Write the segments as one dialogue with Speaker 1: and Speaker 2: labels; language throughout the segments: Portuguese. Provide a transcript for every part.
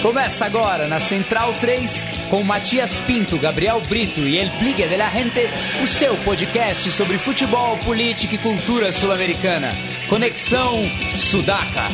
Speaker 1: Começa agora na Central 3 com Matias Pinto, Gabriel Brito e El Pligue de la Gente, o seu podcast sobre futebol, política e cultura sul-americana. Conexão Sudaca.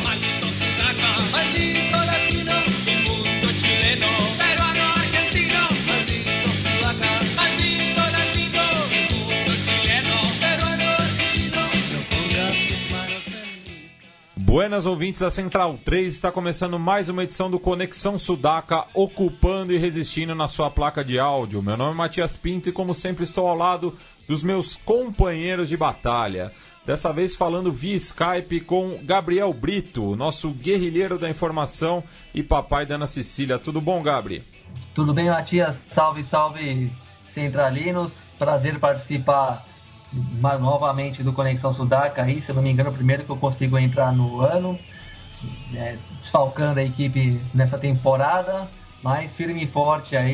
Speaker 2: Buenas ouvintes da Central 3, está começando mais uma edição do Conexão Sudaca, ocupando e resistindo na sua placa de áudio. Meu nome é Matias Pinto e, como sempre, estou ao lado dos meus companheiros de batalha. Dessa vez falando via Skype com Gabriel Brito, nosso guerrilheiro da informação e papai da Ana Cecília. Tudo bom, Gabri?
Speaker 3: Tudo bem, Matias? Salve, salve, centralinos. Prazer participar novamente do Conexão Sudaca, aí, se eu não me engano, o primeiro que eu consigo entrar no ano, desfalcando a equipe nessa temporada, mas firme e forte aí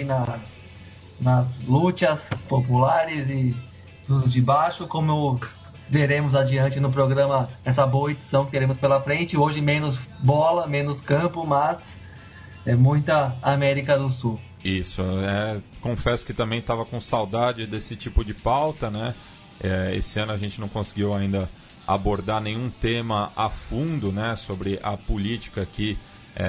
Speaker 3: nas lutas populares e dos de baixo, como veremos adiante no programa, essa boa edição que teremos pela frente. Hoje menos bola, menos campo, mas é muita América do Sul.
Speaker 2: Isso, confesso que também estava com saudade desse tipo de pauta, né? Esse ano a gente não conseguiu ainda abordar nenhum tema a fundo, né, sobre a política aqui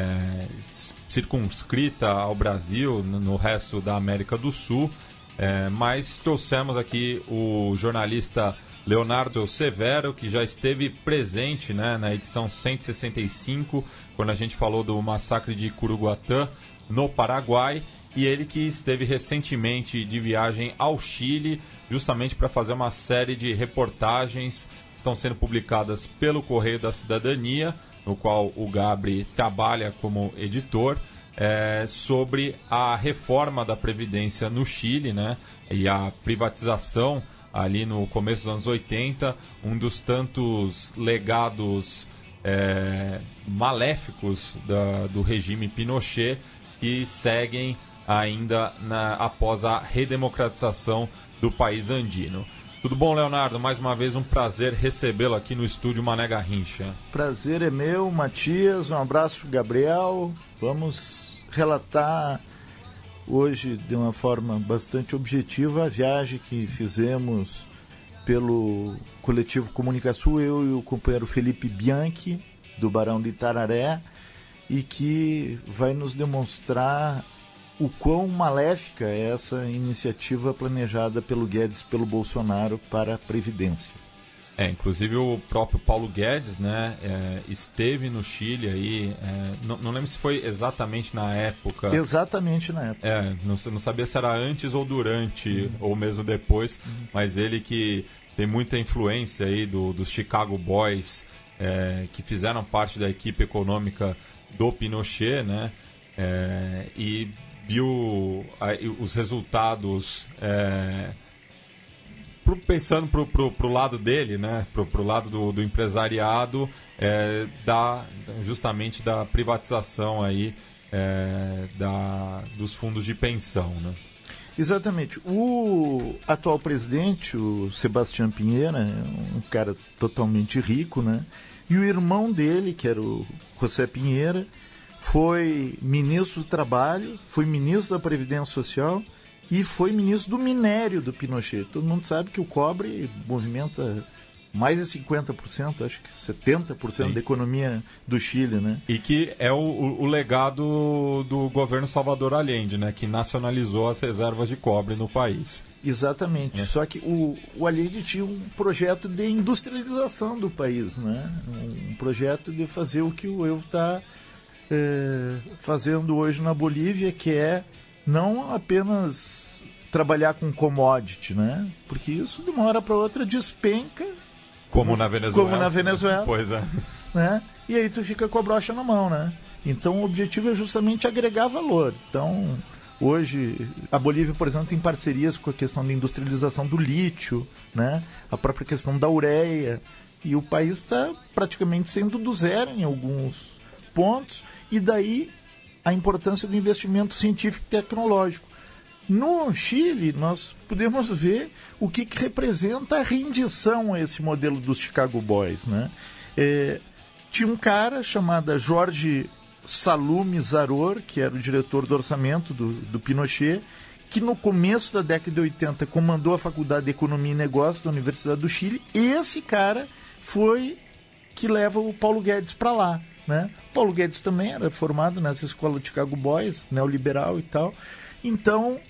Speaker 2: circunscrita ao Brasil, no resto da América do Sul, mas trouxemos aqui o jornalista Leonardo Severo, que já esteve presente, né, na edição 165, quando a gente falou do massacre de Curuguatã, no Paraguai, e ele que esteve recentemente de viagem ao Chile, justamente para fazer uma série de reportagens que estão sendo publicadas pelo Correio da Cidadania, no qual o Gabri trabalha como editor, sobre a reforma da Previdência no Chile, né, e a privatização ali no começo dos anos 80, um dos tantos legados maléficos do regime Pinochet que seguem ainda após a redemocratização do país andino. Tudo bom, Leonardo? Mais uma vez um prazer recebê-lo aqui no estúdio Mané Garrincha.
Speaker 4: Prazer é meu, Matias. Um abraço, Gabriel. Vamos relatar hoje de uma forma bastante objetiva a viagem que fizemos pelo coletivo Comunicação, eu e o companheiro Felipe Bianchi, do Barão de Itararé, e que vai nos demonstrar o quão maléfica é essa iniciativa planejada pelo Guedes, pelo Bolsonaro para a Previdência.
Speaker 2: Inclusive o próprio Paulo Guedes, né, esteve no Chile aí, não lembro se foi exatamente na época.
Speaker 4: Exatamente na época.
Speaker 2: Não sabia se era antes ou durante, ou mesmo depois, mas ele que tem muita influência aí dos Chicago Boys, que fizeram parte da equipe econômica do Pinochet, né, e viu os resultados, pensando pro lado dele, né, pro lado do empresariado, justamente da privatização aí, dos fundos de pensão, né?
Speaker 4: Exatamente. O atual presidente, o Sebastião Pinheira, é um cara totalmente rico, né? E o irmão dele, que era o José Pinheira, foi ministro do Trabalho, foi ministro da Previdência Social e foi ministro do minério do Pinochet. Todo mundo sabe que o cobre movimenta mais de 50%, acho que 70% Sim. da economia do Chile, né? E
Speaker 2: que é o legado do governo Salvador Allende, né? Que nacionalizou as reservas de cobre no país.
Speaker 4: Exatamente. Só que o Allende tinha um projeto de industrialização do país, né? Um projeto de fazer o que o Evo está fazendo hoje na Bolívia, que é não apenas trabalhar com commodity, né? Porque isso de uma hora para outra despenca.
Speaker 2: Como na
Speaker 4: Venezuela.
Speaker 2: Pois é.
Speaker 4: Né? E aí tu fica com a brocha na mão, né? Então o objetivo é justamente agregar valor. Então, hoje, a Bolívia, por exemplo, tem parcerias com a questão da industrialização do lítio, né? A própria questão da ureia. E o país está praticamente sendo do zero em alguns pontos. E daí a importância do investimento científico e tecnológico. No Chile, nós podemos ver o que representa a rendição a esse modelo dos Chicago Boys, né? Tinha um cara chamado Jorge Salum Zaror, que era o diretor do orçamento do Pinochet, que no começo da década de 80 comandou a Faculdade de Economia e Negócios da Universidade do Chile. Esse cara foi que leva o Paulo Guedes para lá, né? Paulo Guedes também era formado nessa escola de Chicago Boys, neoliberal e tal. Então,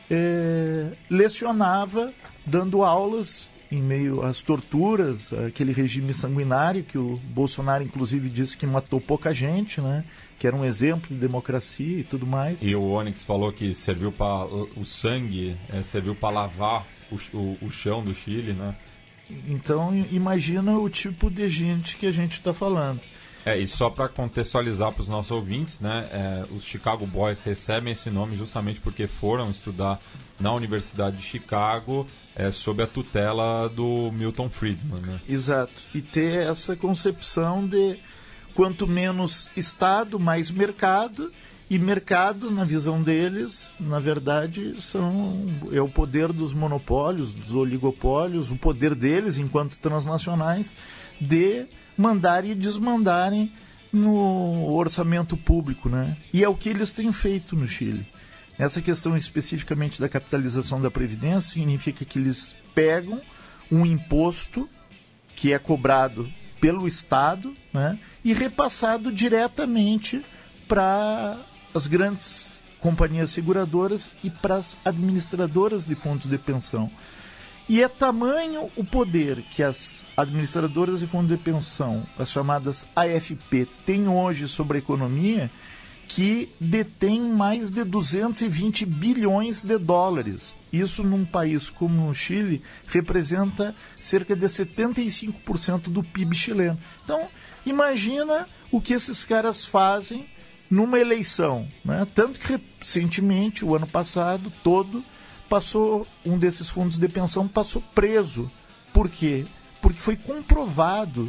Speaker 4: lecionava, dando aulas em meio às torturas, aquele regime sanguinário que o Bolsonaro, inclusive, disse que matou pouca gente, né? Que era um exemplo de democracia e tudo mais.
Speaker 2: E o Onyx falou que serviu para o sangue, serviu para lavar o chão do Chile, né?
Speaker 4: Então, imagina o tipo de gente que a gente está falando.
Speaker 2: E só para contextualizar para os nossos ouvintes, né, os Chicago Boys recebem esse nome justamente porque foram estudar na Universidade de Chicago sob a tutela do Milton Friedman, né?
Speaker 4: Exato. E ter essa concepção de quanto menos Estado, mais mercado. E mercado, na visão deles, na verdade, é o poder dos monopólios, dos oligopólios, o poder deles, enquanto transnacionais, de mandarem e desmandarem no orçamento público, né? E é o que eles têm feito no Chile. Essa questão especificamente da capitalização da Previdência significa que eles pegam um imposto que é cobrado pelo Estado, né, e repassado diretamente para as grandes companhias seguradoras e para as administradoras de fundos de pensão. E é tamanho o poder que as administradoras de fundos de pensão, as chamadas AFP, têm hoje sobre a economia, que detém mais de 220 bilhões de dólares. Isso, num país como o Chile, representa cerca de 75% do PIB chileno. Então, imagina o que esses caras fazem numa eleição, né? Tanto que recentemente, o ano passado todo, um desses fundos de pensão passou preso. Por quê? Porque foi comprovado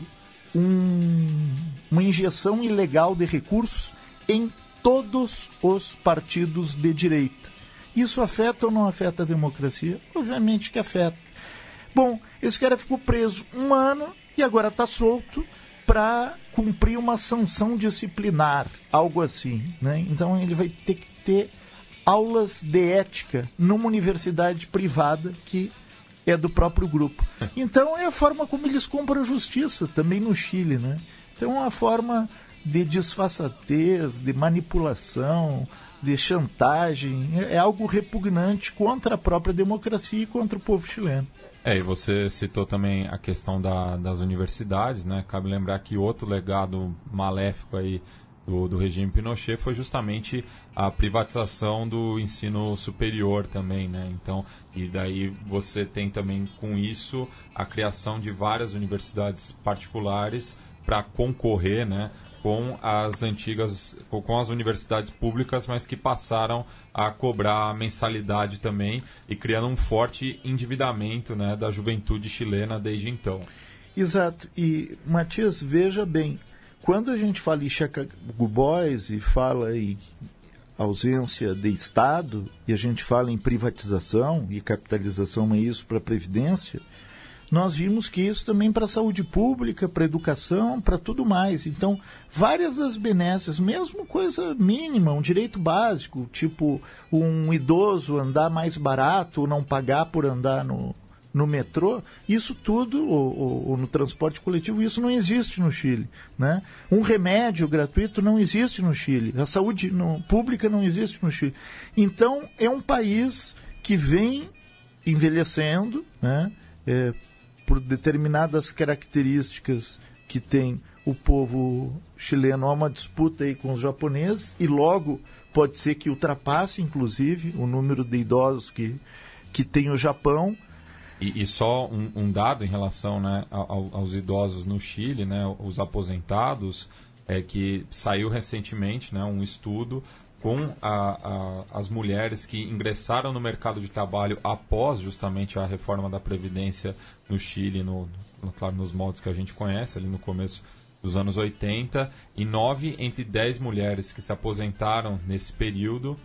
Speaker 4: uma injeção ilegal de recursos em todos os partidos de direita. Isso afeta ou não afeta a democracia? Obviamente que afeta. Bom, esse cara ficou preso 1 ano e agora está solto para cumprir uma sanção disciplinar, algo assim, né? Então ele vai ter que ter aulas de ética numa universidade privada que é do próprio grupo. Então é a forma como eles compram justiça também no Chile, né? Então é uma forma de disfarçatez, de manipulação, de chantagem, é algo repugnante contra a própria democracia e contra o povo chileno.
Speaker 2: E você citou também a questão das universidades, né? Cabe lembrar que outro legado maléfico aí do regime Pinochet foi justamente a privatização do ensino superior também, né? Então, e daí você tem também com isso a criação de várias universidades particulares para concorrer, né, com as universidades públicas, mas que passaram a cobrar mensalidade também e criando um forte endividamento, né, da juventude chilena desde então.
Speaker 4: Exato. E, Matias, veja bem, quando a gente fala em Chicago Boys e fala em ausência de Estado, e a gente fala em privatização e capitalização, é isso para a Previdência, nós vimos que isso também para a saúde pública, para a educação, para tudo mais. Então, várias das benesses, mesmo coisa mínima, um direito básico, tipo um idoso andar mais barato ou não pagar por andar no metrô, isso tudo, ou no transporte coletivo, isso não existe no Chile, né? Um remédio gratuito não existe no Chile, a saúde pública não existe no Chile. Então, é um país que vem envelhecendo, né? Por determinadas características que tem o povo chileno, há uma disputa aí com os japoneses e logo pode ser que ultrapasse, inclusive, o número de idosos que tem o Japão.
Speaker 2: E só um dado em relação, né, aos idosos no Chile, né, os aposentados, que saiu recentemente, né, um estudo com as mulheres que ingressaram no mercado de trabalho após justamente a reforma da Previdência no Chile, claro, nos moldes que a gente conhece, ali no começo dos anos 80, e 9 entre 10 mulheres que se aposentaram nesse período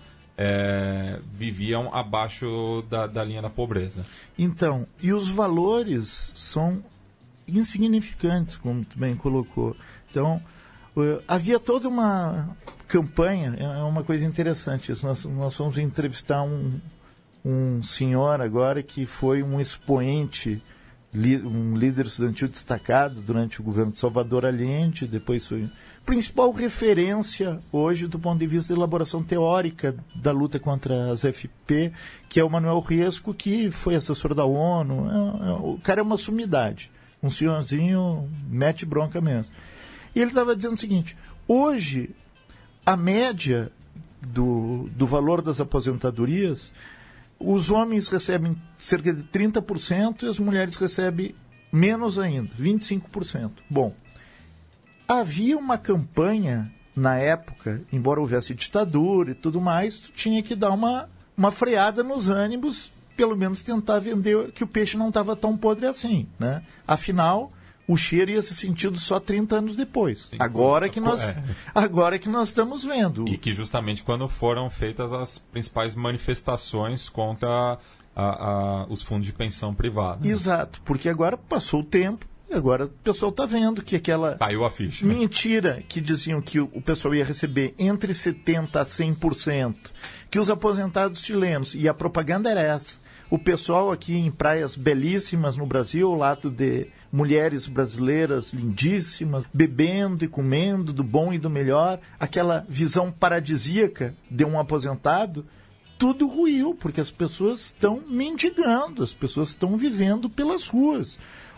Speaker 2: viviam abaixo da linha da pobreza.
Speaker 4: Então, e os valores são insignificantes, como tu bem colocou. Então, havia toda uma campanha é uma coisa interessante. Nós fomos entrevistar um senhor agora que foi um expoente, um líder estudantil destacado durante o governo de Salvador Allende, depois foi principal referência hoje do ponto de vista de elaboração teórica da luta contra as FP, que é o Manuel Riesco, que foi assessor da ONU. O cara é uma sumidade, um senhorzinho mete bronca mesmo. E ele estava dizendo o seguinte: hoje a média do valor das aposentadorias, os homens recebem cerca de 30% e as mulheres recebem menos ainda, 25%. Bom, havia uma campanha na época, embora houvesse ditadura e tudo mais, tu tinha que dar uma freada nos ânimos, pelo menos tentar vender que o peixe não estava tão podre assim, né? Afinal, o cheiro ia ser sentido só 30 anos depois. Sim, agora que nós estamos vendo.
Speaker 2: E que justamente quando foram feitas as principais manifestações contra os fundos de pensão privada.
Speaker 4: Exato, porque agora passou o tempo, e agora o pessoal está vendo que aquela
Speaker 2: caiu a ficha.
Speaker 4: Mentira que diziam que o pessoal ia receber entre 70% a 100%, que os aposentados chilenos, e a propaganda era essa, o pessoal aqui em praias belíssimas no Brasil, ao lado de mulheres brasileiras lindíssimas, bebendo e comendo do bom e do melhor, aquela visão paradisíaca de um aposentado, tudo ruiu, porque as pessoas estão mendigando, as pessoas estão vivendo pelas ruas.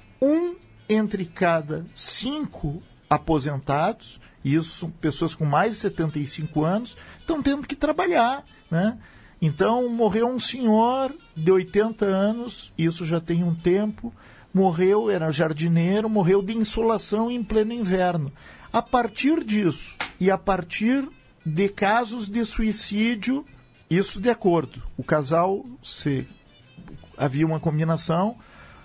Speaker 4: Entre cada 5 aposentados, isso pessoas com mais de 75 anos, estão tendo que trabalhar, né? Então, morreu um senhor de 80 anos, isso já tem um tempo, morreu, era jardineiro, morreu de insolação em pleno inverno. A partir disso, e a partir de casos de suicídio, isso de acordo. O casal, havia uma combinação,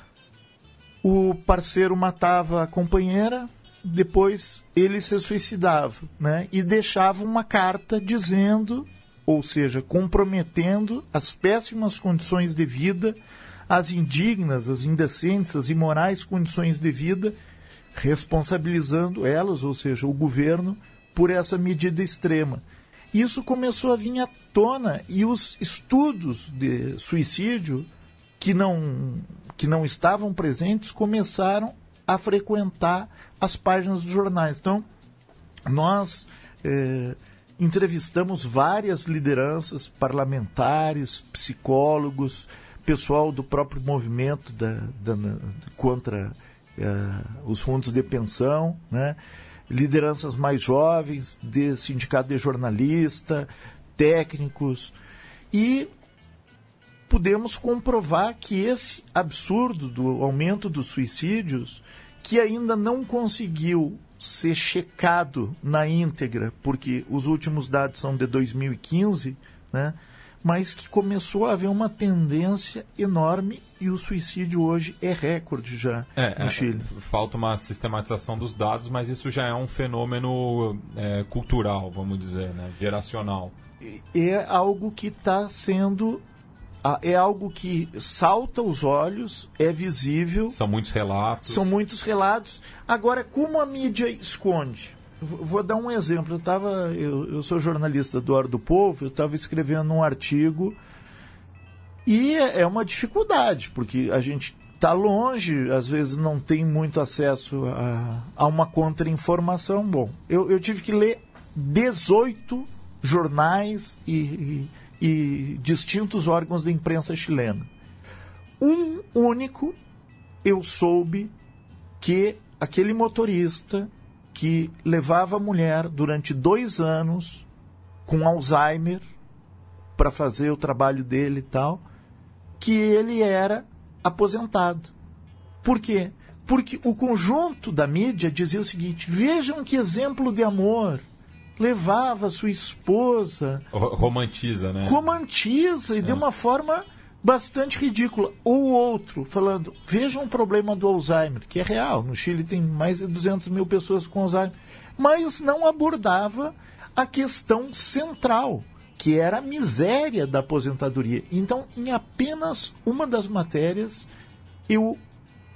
Speaker 4: o parceiro matava a companheira, depois ele se suicidava, né? E deixava uma carta dizendo, ou seja, comprometendo as péssimas condições de vida, as indignas, as indecentes, as imorais condições de vida, responsabilizando elas, ou seja, o governo, por essa medida extrema. Isso começou a vir à tona e os estudos de suicídio que não estavam presentes começaram a frequentar as páginas dos jornais. Então, nós entrevistamos várias lideranças parlamentares, psicólogos, pessoal do próprio movimento contra os fundos de pensão, né? Lideranças mais jovens, de sindicato de jornalista, técnicos, e pudemos comprovar que esse absurdo do aumento dos suicídios, que ainda não conseguiu ser checado na íntegra, porque os últimos dados são de 2015, né? Mas que começou a haver uma tendência enorme e o suicídio hoje é recorde já no Chile.
Speaker 2: Falta uma sistematização dos dados, mas isso já é um fenômeno cultural, vamos dizer, né? Geracional.
Speaker 4: É algo que está sendo... É algo que salta aos olhos, é visível.
Speaker 2: São muitos relatos.
Speaker 4: Agora, como a mídia esconde? Vou dar um exemplo. Eu sou jornalista do Hora do Povo, eu estava escrevendo um artigo e é uma dificuldade, porque a gente está longe, às vezes não tem muito acesso a uma contra-informação. Bom, eu tive que ler 18 jornais e distintos órgãos da imprensa chilena. Um único, eu soube que aquele motorista que levava a mulher durante 2 anos com Alzheimer para fazer o trabalho dele e tal, que ele era aposentado. Por quê? Porque o conjunto da mídia dizia o seguinte: vejam que exemplo de amor. Levava sua esposa...
Speaker 2: Romantiza, né?
Speaker 4: Romantiza, e de uma forma bastante ridícula. Ou outro, falando, vejam o problema do Alzheimer, que é real. No Chile tem mais de 200 mil pessoas com Alzheimer. Mas não abordava a questão central, que era a miséria da aposentadoria. Então, em apenas uma das matérias, eu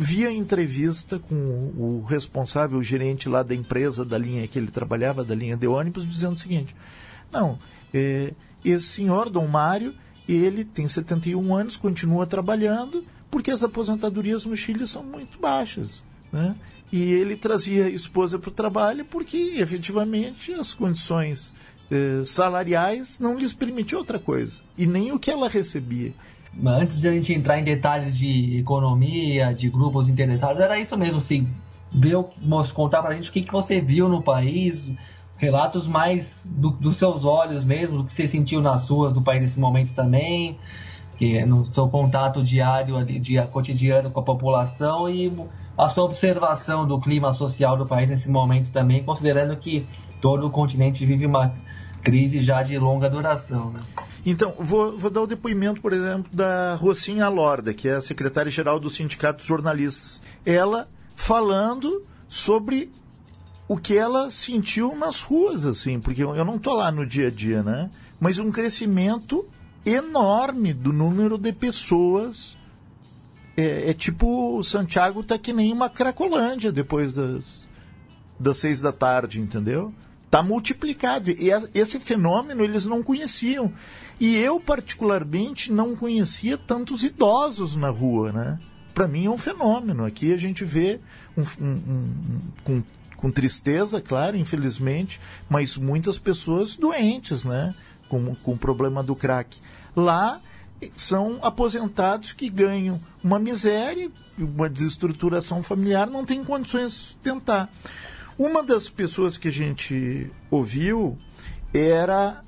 Speaker 4: vi a entrevista com o responsável, o gerente lá da empresa, da linha que ele trabalhava, da linha de ônibus, dizendo o seguinte: não, esse senhor, Dom Mário, ele tem 71 anos, continua trabalhando, porque as aposentadorias no Chile são muito baixas, né? E ele trazia a esposa para o trabalho porque, efetivamente, as condições salariais não lhes permitiam outra coisa, e nem o que ela recebia.
Speaker 3: Antes de a gente entrar em detalhes de economia, de grupos interessados, era isso mesmo, assim, contar pra gente o que você viu no país, relatos mais dos seus olhos mesmo, do que você sentiu nas ruas do país nesse momento também, que no seu contato diário, cotidiano com a população, e a sua observação do clima social do país nesse momento também, considerando que todo o continente vive uma crise já de longa duração, né?
Speaker 4: Então, vou dar o depoimento, por exemplo, da Rocinha Alorda, que é a secretária-geral do Sindicato dos Jornalistas. Ela falando sobre o que ela sentiu nas ruas, assim, porque eu não estou lá no dia a dia, né? Mas um crescimento enorme do número de pessoas. É tipo, Santiago tá que nem uma Cracolândia depois das 6 da tarde, entendeu? Está multiplicado. E esse fenômeno eles não conheciam. E eu, particularmente, não conhecia tantos idosos na rua, né? Para mim é um fenômeno. Aqui a gente vê com tristeza, claro, infelizmente, mas muitas pessoas doentes, né? Com o problema do crack. Lá são aposentados que ganham uma miséria, uma desestruturação familiar, não tem condições de sustentar. Uma das pessoas que a gente ouviu era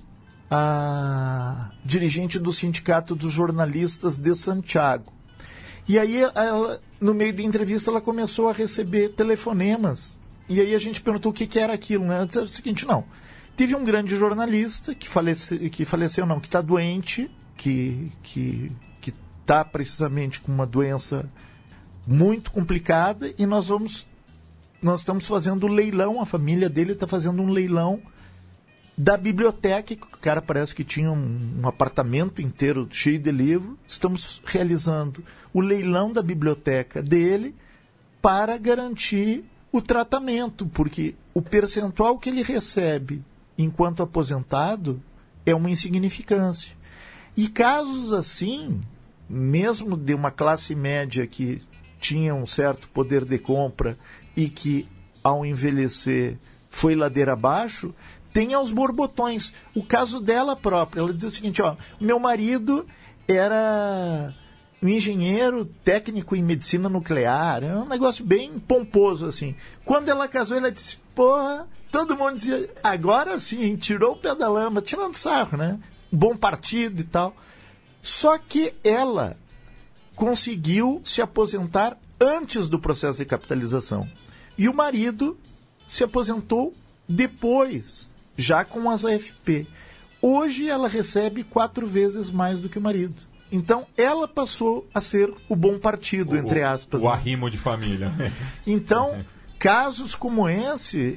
Speaker 4: a dirigente do Sindicato dos Jornalistas de Santiago. E aí, no meio da entrevista, ela começou a receber telefonemas. E aí a gente perguntou o que era aquilo, né? Ela disse o seguinte: não, teve um grande jornalista que faleceu, não, que está doente, que está precisamente com uma doença muito complicada, e nós estamos fazendo leilão, a família dele está fazendo um leilão da biblioteca, que o cara parece que tinha um apartamento inteiro cheio de livros. Estamos realizando o leilão da biblioteca dele para garantir o tratamento, porque o percentual que ele recebe enquanto aposentado é uma insignificância. E casos assim, mesmo de uma classe média que tinha um certo poder de compra e que, ao envelhecer, foi ladeira abaixo, tem aos borbotões. O caso dela própria, ela diz o seguinte: ó, meu marido era um engenheiro técnico em medicina nuclear, é um negócio bem pomposo, assim. Quando ela casou, ela disse: porra, todo mundo dizia, agora sim, tirou o pé da lama, tirando sarro, né? Um bom partido e tal. Só que ela conseguiu se aposentar antes do processo de capitalização. E o marido se aposentou depois, já com as AFP. Hoje ela recebe 4 vezes mais do que o marido. Então ela passou a ser o bom partido, entre aspas.
Speaker 2: O arrimo de família.
Speaker 4: Então, casos como esse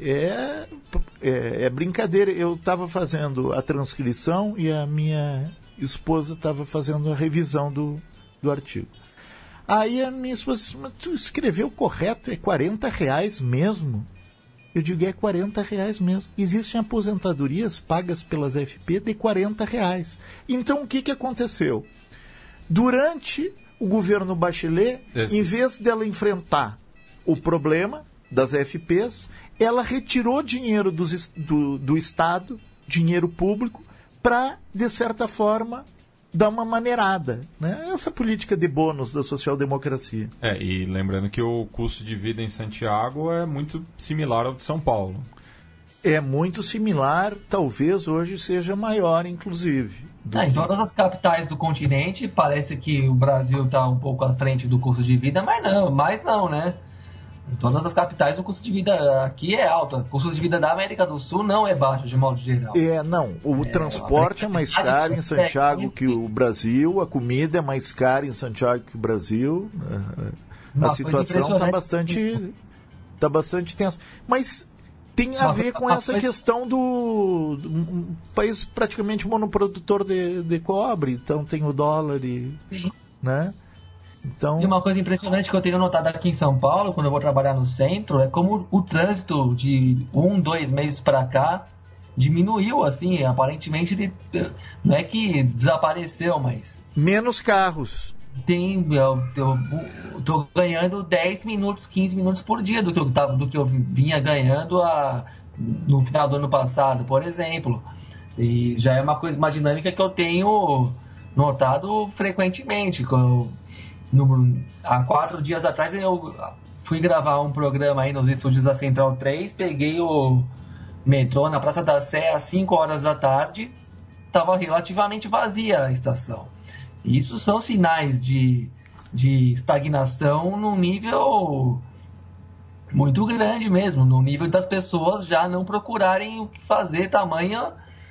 Speaker 4: é brincadeira. Eu estava fazendo a transcrição e a minha esposa estava fazendo a revisão do artigo. Aí a minha esposa disse: mas tu escreveu correto, é R$40 mesmo? Eu digo, é R$40 mesmo. Existem aposentadorias pagas pelas FP de R$40. Então o que aconteceu? Durante o governo Bachelet, em vez dela enfrentar o problema das FPs, ela retirou dinheiro do Estado, dinheiro público, para, de certa forma, dar uma maneirada, né? Essa política de bônus da social-democracia.
Speaker 2: E lembrando que o custo de vida em Santiago é muito similar ao de São Paulo.
Speaker 4: É muito similar, talvez hoje seja maior, inclusive.
Speaker 3: Em todas as capitais do continente, parece que o Brasil está um pouco à frente do custo de vida, mas não, né? Em todas as capitais o custo de vida aqui é alto. O custo de vida da América do Sul não é baixo, de modo geral.
Speaker 4: O transporte é mais caro em Santiago que o Brasil, a comida é mais cara em Santiago que o Brasil. A situação está bastante tensa. Mas tem a ver com essa questão do país praticamente monoprodutor de cobre. Então tem o dólar, né? Então...
Speaker 3: E uma coisa impressionante que eu tenho notado aqui em São Paulo, quando eu vou trabalhar no centro, é como o trânsito de 2 meses para cá diminuiu, assim, aparentemente ele não é que desapareceu, mas...
Speaker 4: Menos carros.
Speaker 3: Eu tô ganhando 10 minutos, 15 minutos por dia do que eu vinha ganhando no final do ano passado, por exemplo. E já é uma dinâmica que eu tenho notado frequentemente. Há 4 dias atrás eu fui gravar um programa aí nos estúdios da Central 3, peguei o metrô na Praça da Sé às 5 horas da tarde, estava relativamente vazia a estação. Isso são sinais de estagnação num nível muito grande mesmo, no nível das pessoas já não procurarem o que fazer, tamanha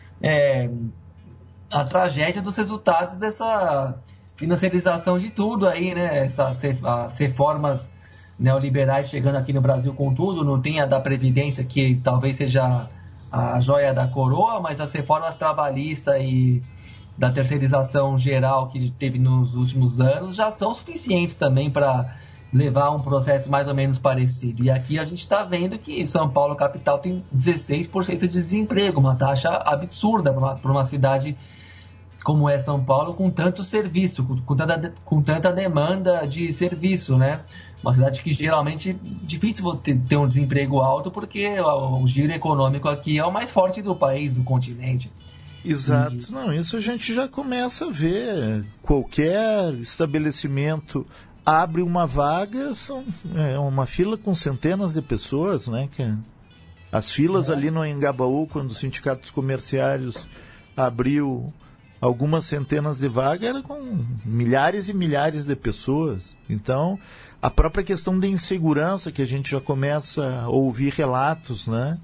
Speaker 3: a tragédia dos resultados dessa financiarização de tudo aí, né? As reformas neoliberais chegando aqui no Brasil com tudo, não tem a da Previdência, que talvez seja a joia da coroa, mas as reformas trabalhistas e da terceirização geral que teve nos últimos anos já são suficientes também para levar um processo mais ou menos parecido. E aqui a gente está vendo que São Paulo, capital, tem 16% de desemprego, uma taxa absurda para uma cidade como é São Paulo, com tanto serviço, com tanta demanda de serviço, né? Uma cidade que geralmente é difícil ter um desemprego alto, porque o giro econômico aqui é o mais forte do país, do continente.
Speaker 4: Exato. Não, isso a gente já começa a ver. Qualquer estabelecimento abre uma vaga, é uma fila com centenas de pessoas, né? As filas ali no Anhangabaú, quando o Sindicato dos Comerciários abriu algumas centenas de vagas, era com milhares e milhares de pessoas. Então, a própria questão da insegurança, que a gente já começa a ouvir relatos, né?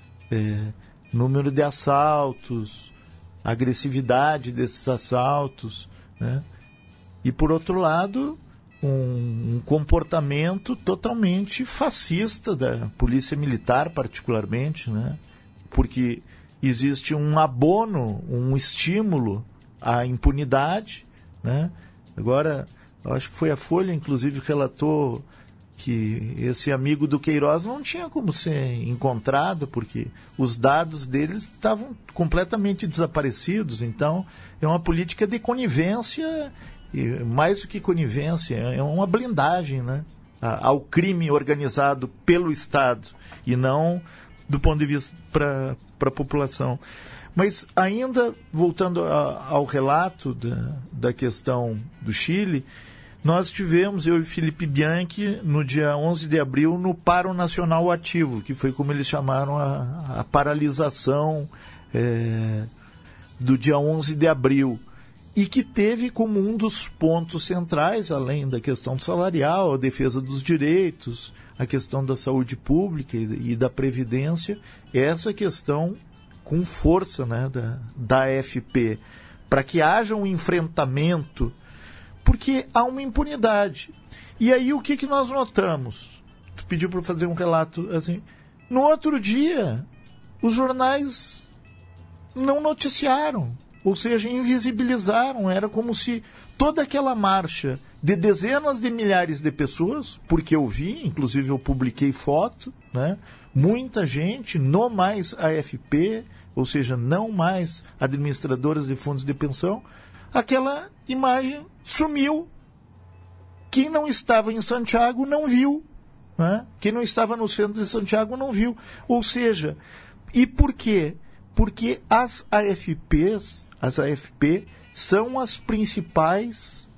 Speaker 4: Número de assaltos, agressividade desses assaltos, né? E, por outro lado, um comportamento totalmente fascista da polícia militar, particularmente, né? Porque existe um abono, um estímulo à impunidade, né? Agora, eu acho que foi a Folha, inclusive, que relatou que esse amigo do Queiroz não tinha como ser encontrado, porque os dados deles estavam completamente desaparecidos. Então, é uma política de conivência, e mais do que conivência, é uma blindagem, né, ao crime organizado pelo Estado, e não do ponto de vista para a população. Mas ainda, voltando ao relato da questão do Chile, nós tivemos, eu e Felipe Bianchi, no dia 11 de abril, no Paro Nacional Ativo, que foi como eles chamaram a paralisação do dia 11 de abril, e que teve como um dos pontos centrais, além da questão salarial, a defesa dos direitos, a questão da saúde pública e da previdência, essa questão com força, né, da AFP, para que haja um enfrentamento, porque há uma impunidade. E aí o que nós notamos? Tu pediu para fazer um relato assim. No outro dia, os jornais não noticiaram, ou seja, invisibilizaram. Era como se toda aquela marcha de dezenas de milhares de pessoas, porque eu vi, inclusive eu publiquei foto, né? Muita gente, não mais AFP, ou seja, não mais administradoras de fundos de pensão, aquela imagem sumiu. Quem não estava em Santiago não viu, né? Quem não estava no centro de Santiago não viu. Ou seja, e por quê? Porque as AFP são as principais,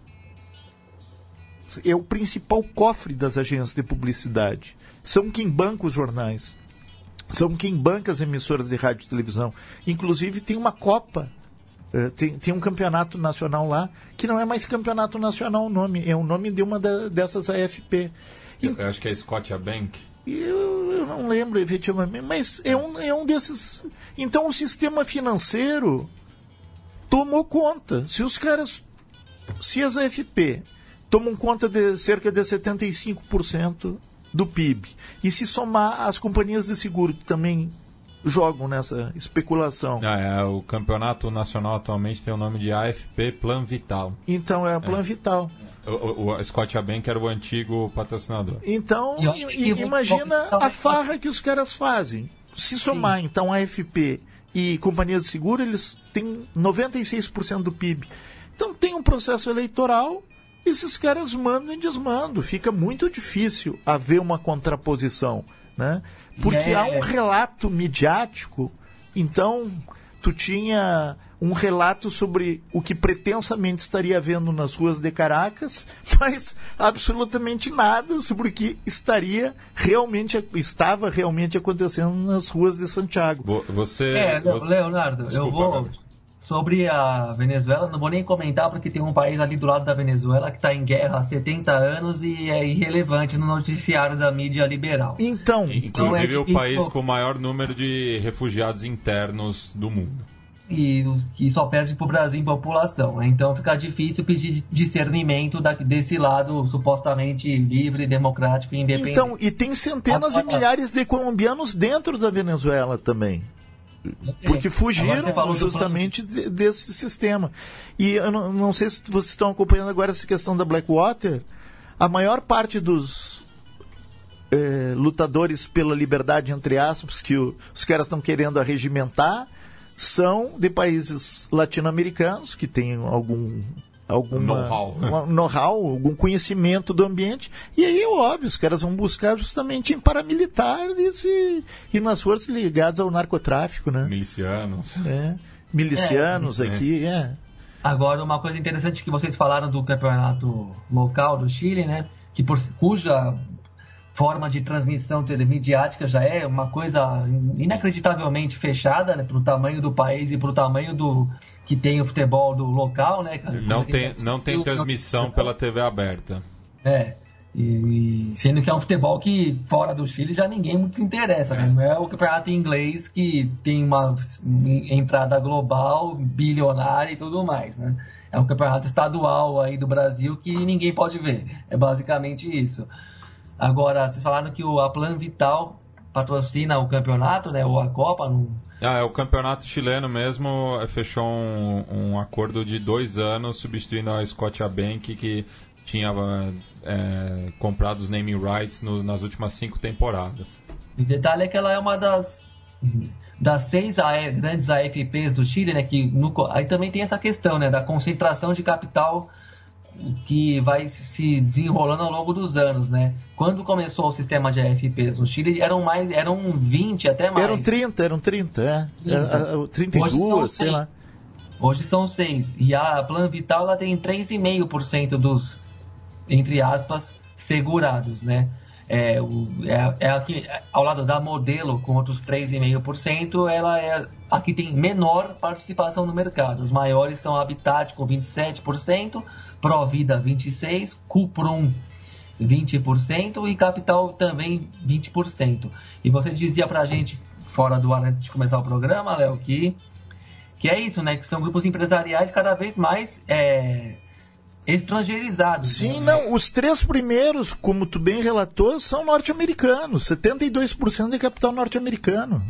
Speaker 4: é o principal cofre das agências de publicidade. São quem banca os jornais, são quem banca as emissoras de rádio e televisão. Inclusive tem uma Copa, tem um campeonato nacional lá, que não é mais campeonato nacional o nome, é o nome de uma dessas AFP.
Speaker 2: Eu acho que é Scotiabank.
Speaker 4: Eu não lembro efetivamente, mas é um desses. Então o sistema financeiro tomou conta. Se as AFP tomam conta de cerca de 75% do PIB, e se somar as companhias de seguro, que também jogam nessa especulação.
Speaker 2: O campeonato nacional atualmente tem o nome de AFP Plan Vital.
Speaker 4: Então é o Plan Vital.
Speaker 2: O Scotiabank era o antigo patrocinador.
Speaker 4: Então, imagina a farra que os caras fazem. Se somar, então, a AFP e companhias de seguro, eles têm 96% do PIB. Então tem um processo eleitoral, esses caras mandam e desmandam. Fica muito difícil haver uma contraposição, né? Porque há um relato midiático, então tu tinha um relato sobre o que pretensamente estaria havendo nas ruas de Caracas, mas absolutamente nada sobre o que estava realmente acontecendo nas ruas de Santiago.
Speaker 3: Leonardo, desculpa, eu vou... Sobre a Venezuela, não vou nem comentar, porque tem um país ali do lado da Venezuela que está em guerra há 70 anos e é irrelevante no noticiário da mídia liberal.
Speaker 2: Então, inclusive o país com o maior número de refugiados internos do mundo.
Speaker 3: E só perde para o Brasil em população. Então fica difícil pedir discernimento desse lado supostamente livre, democrático e independente.
Speaker 4: Então, e tem centenas de milhares de colombianos dentro da Venezuela também. Porque fugiram justamente desse sistema. E eu não sei se vocês estão acompanhando agora essa questão da Blackwater. A maior parte dos lutadores pela liberdade, entre aspas, que os caras estão querendo arregimentar, são de países latino-americanos que têm algum know-how, algum conhecimento do ambiente, e aí é óbvio, os caras vão buscar justamente em paramilitares e nas forças ligadas ao narcotráfico, né? Milicianos aqui.
Speaker 3: Agora, uma coisa interessante que vocês falaram do campeonato local do Chile, né? Cuja forma de transmissão telemidiática já é uma coisa inacreditavelmente fechada, né, para o tamanho do país e para o tamanho que tem o futebol do local, né?
Speaker 2: Não tem transmissão pela TV aberta.
Speaker 3: E sendo que é um futebol que fora do Chile já ninguém muito se interessa, né? Não é o campeonato inglês que tem uma entrada global, bilionária e tudo mais, né? É um campeonato estadual aí do Brasil que ninguém pode ver. É basicamente isso. Agora, vocês falaram que a Plan Vital patrocina o campeonato, né? Ou a Copa.
Speaker 2: O campeonato chileno mesmo fechou um acordo de 2 anos, substituindo a Scotiabank, que tinha comprado os naming rights nas últimas 5 temporadas.
Speaker 3: O detalhe é que ela é uma das 6 grandes AFPs do Chile, né? Aí também tem essa questão, né? Da concentração de capital que vai se desenrolando ao longo dos anos, né? Quando começou o sistema de AFPs no Chile, eram 20, até mais.
Speaker 4: Eram 30. 32, sei lá.
Speaker 3: Hoje são 6. E a Plan Vital, ela tem 3,5% dos, entre aspas, segurados, né? Aqui, ao lado da Modelo, com outros 3,5%, ela é a que tem menor participação no mercado. Os maiores são a Habitat, com 27%, Provida 26%, Cuprum 20% e Capital também 20%. E você dizia pra gente, fora do ar antes de começar o programa, Léo, que é isso, né? Que são grupos empresariais cada vez mais estrangeirizados.
Speaker 4: Sim, né? Não, os 3 primeiros, como tu bem relatou, são norte-americanos, 72% de capital norte-americano.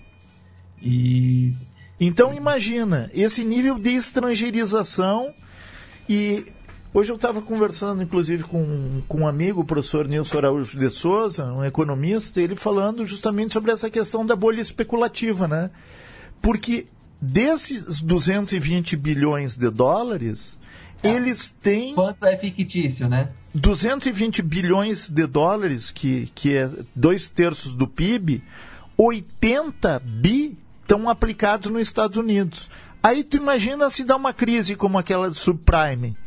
Speaker 4: Então imagina, esse nível de estrangeirização. E hoje eu estava conversando, inclusive, com um amigo, o professor Nilson Araújo de Souza, um economista, ele falando justamente sobre essa questão da bolha especulativa, né? Porque desses 220 bilhões de dólares, eles têm...
Speaker 3: Quanto é fictício, né?
Speaker 4: 220 bilhões de dólares, que é 2/3 do PIB, 80 bi estão aplicados nos Estados Unidos. Aí tu imagina se dá uma crise como aquela do subprime.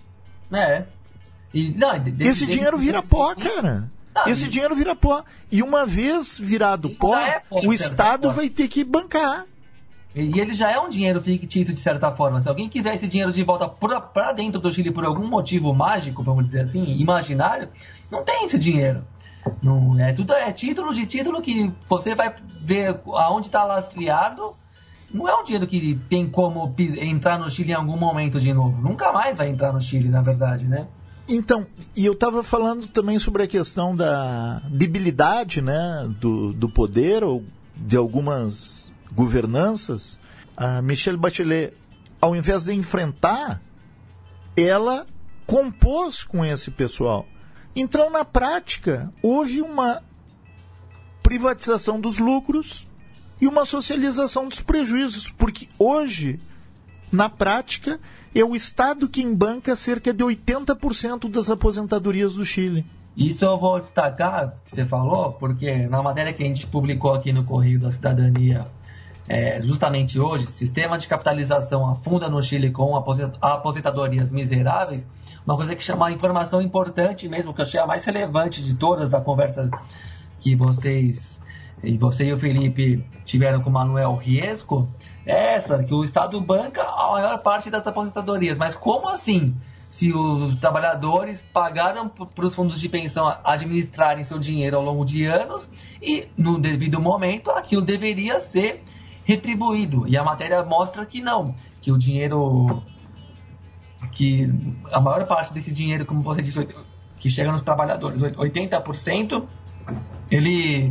Speaker 4: Esse dinheiro vira pó, cara. Esse dinheiro vira pó. E uma vez virado pó, o Estado vai ter que bancar.
Speaker 3: E ele já é um dinheiro fictício, de certa forma. Se alguém quiser esse dinheiro de volta para dentro do Chile por algum motivo mágico, vamos dizer assim, imaginário, não tem esse dinheiro. Não, tudo é título que você vai ver aonde está lastreado. Não é um dinheiro que tem como entrar no Chile em algum momento de novo. Nunca mais vai entrar no Chile, na verdade, né?
Speaker 4: Então, e eu estava falando também sobre a questão da debilidade, né, do poder, ou de algumas governanças, a Michelle Bachelet, ao invés de enfrentar, ela compôs com esse pessoal. Então, na prática, houve uma privatização dos lucros e uma socialização dos prejuízos, porque hoje, na prática, é o Estado quem banca cerca de 80% das aposentadorias do Chile.
Speaker 3: Isso eu vou destacar, que você falou, porque na matéria que a gente publicou aqui no Correio da Cidadania, justamente hoje, sistema de capitalização afunda no Chile com aposentadorias miseráveis, uma coisa que chama uma informação importante mesmo, que eu achei a mais relevante de todas da conversa que você e o Felipe tiveram com o Manuel Riesco, é essa, que o Estado banca a maior parte das aposentadorias. Mas como assim? Se os trabalhadores pagaram para os fundos de pensão administrarem seu dinheiro ao longo de anos e, no devido momento, aquilo deveria ser retribuído. E a matéria mostra que não, que o dinheiro, que a maior parte desse dinheiro, como você disse, que chega nos trabalhadores, 80%, ele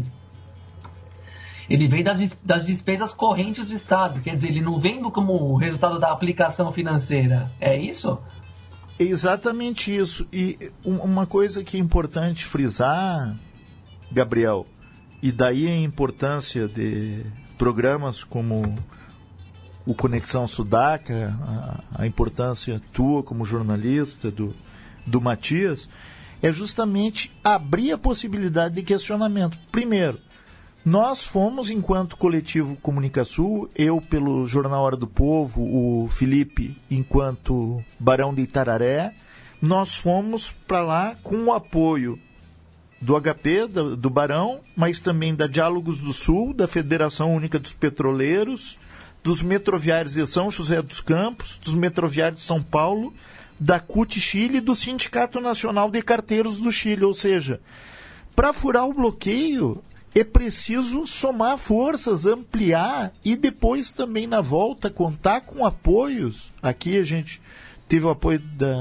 Speaker 3: vem das despesas correntes do Estado. Quer dizer, ele não vem como resultado da aplicação financeira. É isso?
Speaker 4: É exatamente isso. E uma coisa que é importante frisar, Gabriel, e daí a importância de programas como o Conexão Sudaca, a importância tua como jornalista, do Matias, é justamente abrir a possibilidade de questionamento. Primeiro, nós fomos, enquanto coletivo Comunicação, eu pelo Jornal Hora do Povo, o Felipe enquanto Barão de Itararé, nós fomos para lá com o apoio do HP, do Barão, mas também da Diálogos do Sul, da Federação Única dos Petroleiros, dos Metroviários de São José dos Campos, dos Metroviários de São Paulo, da CUT Chile e do Sindicato Nacional de Carteiros do Chile. Ou seja, para furar o bloqueio, é preciso somar forças, ampliar e depois também na volta contar com apoios. Aqui a gente teve o apoio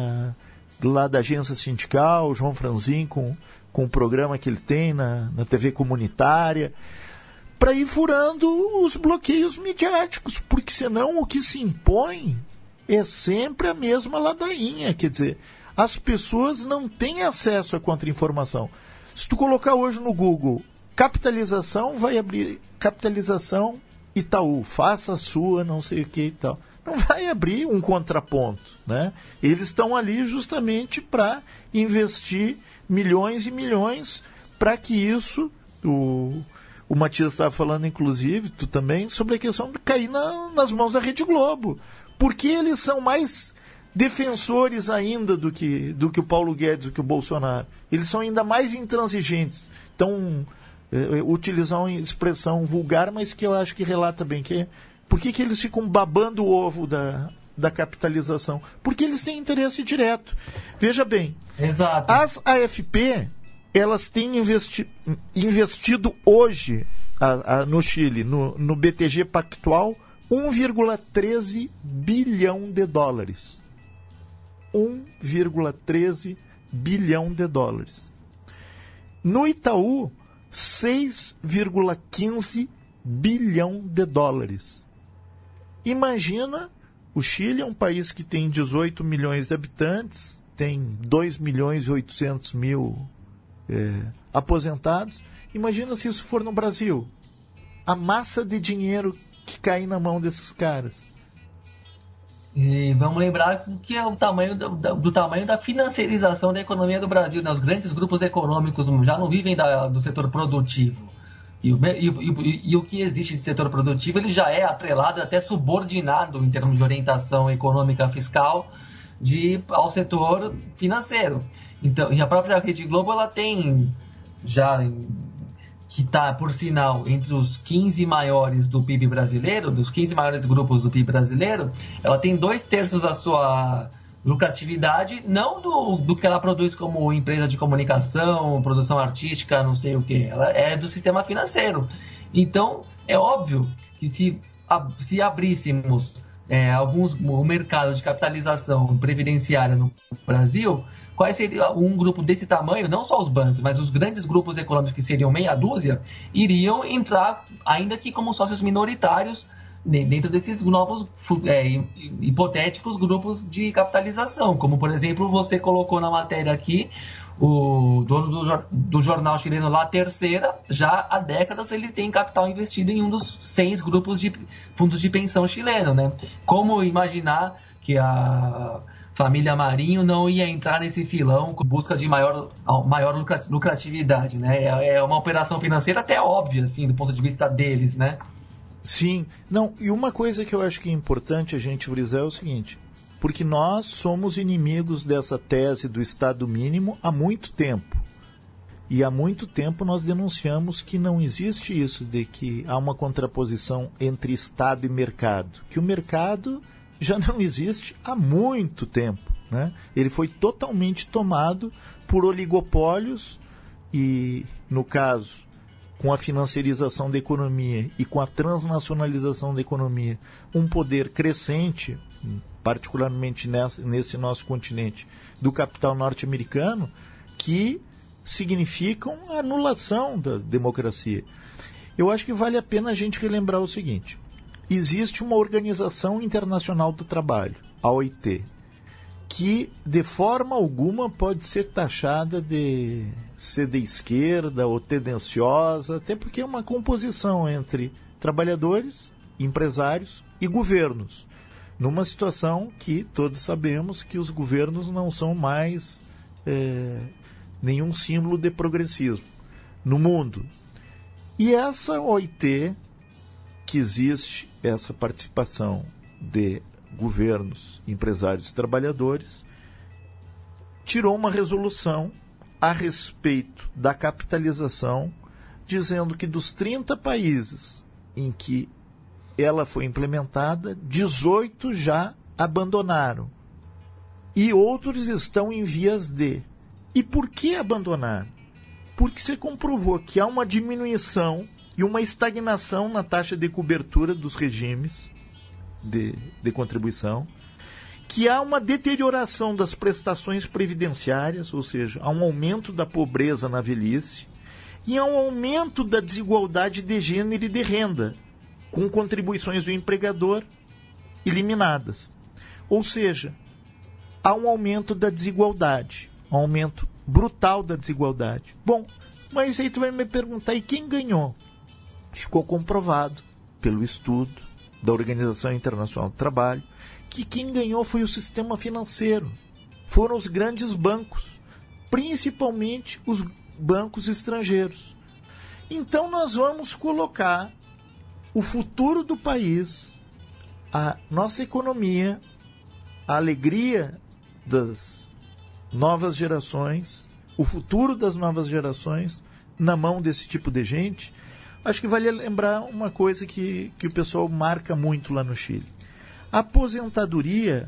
Speaker 4: lá da agência sindical, João Franzin com o programa que ele tem na TV comunitária, para ir furando os bloqueios midiáticos, porque senão o que se impõe é sempre a mesma ladainha. Quer dizer, as pessoas não têm acesso à contra-informação. Se tu colocar hoje no Google capitalização, vai abrir capitalização Itaú, faça a sua, não sei o que e tal. Não vai abrir um contraponto, né? Eles estão ali justamente para investir milhões e milhões para que isso, o Matias estava falando, inclusive, tu também, sobre a questão de cair nas mãos da Rede Globo. Porque eles são mais defensores ainda do que o Paulo Guedes, do que o Bolsonaro. Eles são ainda mais intransigentes. Então, utilizar uma expressão vulgar, mas que eu acho que relata bem, que é por que eles ficam babando o ovo da capitalização? Porque eles têm interesse direto. Veja bem,
Speaker 3: exato.
Speaker 4: As AFP, elas têm investido hoje no Chile, no BTG Pactual, 1,13 bilhão de dólares. 1,13 bilhão de dólares. No Itaú, 6,15 bilhão de dólares. Imagina, o Chile é um país que tem 18 milhões de habitantes, tem 2 milhões e 800 mil aposentados. Imagina se isso for no Brasil. A massa de dinheiro que cai na mão desses caras.
Speaker 3: E vamos lembrar que é o tamanho do tamanho da financiarização da economia do Brasil, né? Os grandes grupos econômicos já não vivem do setor produtivo. E o que existe de setor produtivo, ele já é atrelado, até subordinado em termos de orientação econômica fiscal ao setor financeiro. Então, e a própria Rede Globo, ela tem já, que está, por sinal, entre os 15 maiores do PIB brasileiro, dos 15 maiores grupos do PIB brasileiro, ela tem 2/3 da sua lucratividade, não do que ela produz como empresa de comunicação, produção artística, não sei o que, ela é do sistema financeiro. Então, é óbvio que se abríssemos o mercado de capitalização previdenciária no Brasil, quais seria um grupo desse tamanho, não só os bancos, mas os grandes grupos econômicos que seriam meia dúzia, iriam entrar, ainda que como sócios minoritários, dentro desses novos hipotéticos grupos de capitalização, como por exemplo você colocou na matéria aqui, o dono do jornal chileno La Terceira, já há décadas ele tem capital investido em um dos 6 grupos de fundos de pensão chileno, né? Como imaginar que a família Marinho não ia entrar nesse filão com busca de maior lucratividade, né? É uma operação financeira até óbvia, assim, do ponto de vista deles, né?
Speaker 4: Sim. Não, e uma coisa que eu acho que é importante a gente frisar é o seguinte, porque nós somos inimigos dessa tese do Estado mínimo há muito tempo. E há muito tempo nós denunciamos que não existe isso de que há uma contraposição entre Estado e mercado. Que o mercado já não existe há muito tempo, né? Ele foi totalmente tomado por oligopólios e, no caso, com a financiarização da economia e com a transnacionalização da economia, um poder crescente, particularmente nesse nosso continente, do capital norte-americano, que significam a anulação da democracia. Eu acho que vale a pena a gente relembrar o seguinte: existe uma Organização Internacional do Trabalho, a OIT, que de forma alguma pode ser taxada de ser de esquerda ou tendenciosa, até porque é uma composição entre trabalhadores, empresários e governos, numa situação que todos sabemos que os governos não são mais nenhum símbolo de progressismo no mundo. E essa OIT, que existe essa participação de governos, empresários e trabalhadores, tirou uma resolução a respeito da capitalização, dizendo que dos 30 países em que ela foi implementada, 18 já abandonaram e outros estão em vias de. E por que abandonar? Porque se comprovou que há uma diminuição e uma estagnação na taxa de cobertura dos regimes de contribuição, que há uma deterioração das prestações previdenciárias, ou seja, há um aumento da pobreza na velhice, e há um aumento da desigualdade de gênero e de renda, com contribuições do empregador eliminadas. Ou seja, há um aumento da desigualdade, um aumento brutal da desigualdade. Bom, mas aí tu vai me perguntar, e quem ganhou? Ficou comprovado pelo estudo da Organização Internacional do Trabalho que quem ganhou foi o sistema financeiro. Foram os grandes bancos, principalmente os bancos estrangeiros. Então nós vamos colocar o futuro do país, a nossa economia, a alegria das novas gerações, o futuro das novas gerações na mão desse tipo de gente. Acho que vale lembrar uma coisa que o pessoal marca muito lá no Chile. A aposentadoria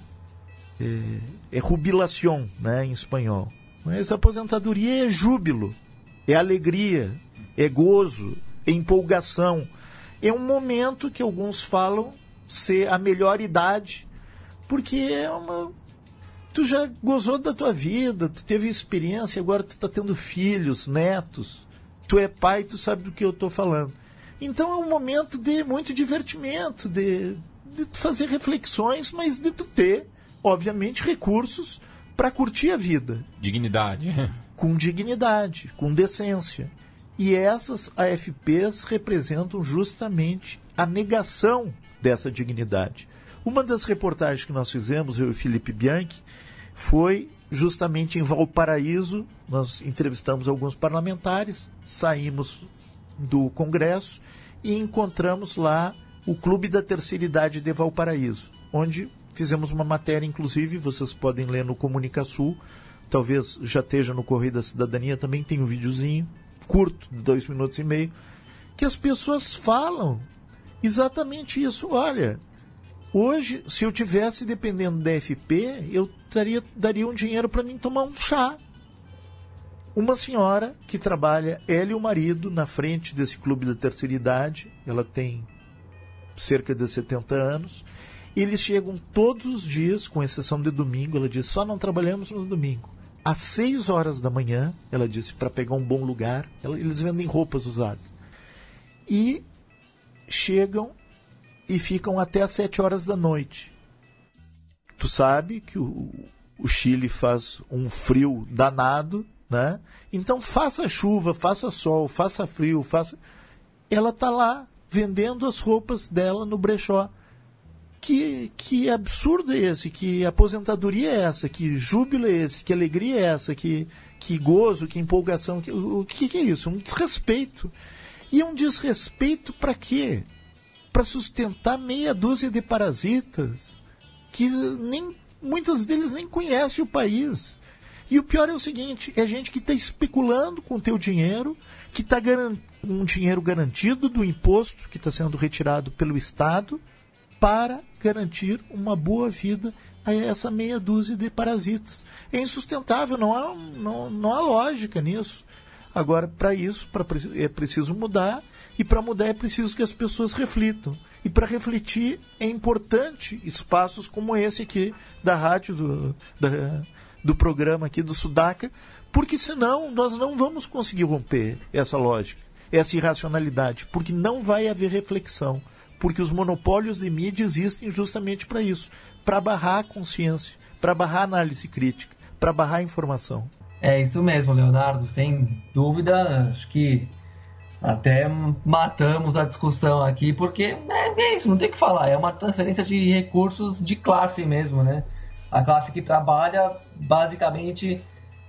Speaker 4: é jubilación, né, em espanhol. Mas a aposentadoria é júbilo, é alegria, é gozo, é empolgação. É um momento que alguns falam ser a melhor idade, porque tu já gozou da tua vida, tu teve experiência, agora tu está tendo filhos, netos. Tu é pai, tu sabe do que eu estou falando. Então é um momento de muito divertimento, de tu fazer reflexões, mas de tu ter, obviamente, recursos para curtir a vida.
Speaker 2: Dignidade.
Speaker 4: Com dignidade, com decência. E essas AFPs representam justamente a negação dessa dignidade. Uma das reportagens que nós fizemos, eu e o Felipe Bianchi, foi justamente em Valparaíso. Nós entrevistamos alguns parlamentares, saímos do Congresso e encontramos lá o Clube da Terceira Idade de Valparaíso, onde fizemos uma matéria, inclusive, vocês podem ler no Comunicasul, talvez já esteja no Correio da Cidadania, também tem um videozinho curto, de 2 minutos e meio, que as pessoas falam exatamente isso. Olha, hoje, se eu tivesse dependendo da FP, eu daria um dinheiro para mim tomar um chá. Uma senhora que trabalha, ela e o marido, na frente desse Clube da Terceira Idade, ela tem cerca de 70 anos, eles chegam todos os dias, com exceção de domingo, ela diz, só não trabalhamos no domingo. às 6 horas da manhã, ela disse, para pegar um bom lugar. Eles vendem roupas usadas. E chegam e ficam até às 7 horas da noite. Tu sabe que o Chile faz um frio danado, né? Então faça chuva, faça sol, faça frio, ela está lá vendendo as roupas dela no brechó. Que absurdo é esse? Que aposentadoria é essa? Que júbilo é esse? Que alegria é essa? Que gozo, que empolgação? O que é isso? Um desrespeito. E é um desrespeito para quê? Para sustentar meia dúzia de parasitas que muitos deles nem conhecem o país. E o pior é o seguinte, é gente que está especulando com o teu dinheiro, que está um dinheiro garantido do imposto que está sendo retirado pelo Estado para garantir uma boa vida a essa meia dúzia de parasitas. É insustentável, não há lógica nisso. Agora, para isso, é preciso mudar, e para mudar é preciso que as pessoas reflitam. E para refletir é importante espaços como esse aqui da rádio, do programa aqui do Sudaca, porque senão nós não vamos conseguir romper essa lógica, essa irracionalidade, porque não vai haver reflexão, porque os monopólios de mídia existem justamente para isso, para barrar a consciência, para barrar a análise crítica, para barrar a informação.
Speaker 3: É isso mesmo, Leonardo, sem dúvida, acho que até matamos a discussão aqui, porque é isso, não tem o que falar, é uma transferência de recursos de classe mesmo, né? A classe que trabalha, basicamente,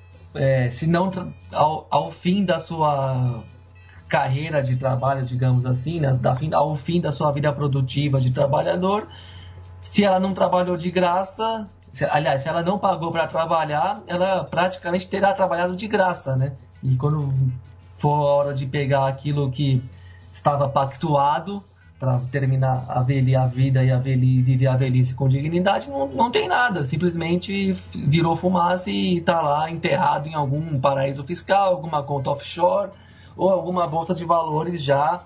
Speaker 3: se não ao fim da sua carreira de trabalho, digamos assim, né? Ao fim da sua vida produtiva de trabalhador, se ela não trabalhou de graça, se ela não pagou para trabalhar, ela praticamente terá trabalhado de graça, né? E quando for a hora de pegar aquilo que estava pactuado para terminar a vida e viver a velhice com dignidade, não tem nada, simplesmente virou fumaça e está lá enterrado em algum paraíso fiscal, alguma conta offshore ou alguma bolsa de valores já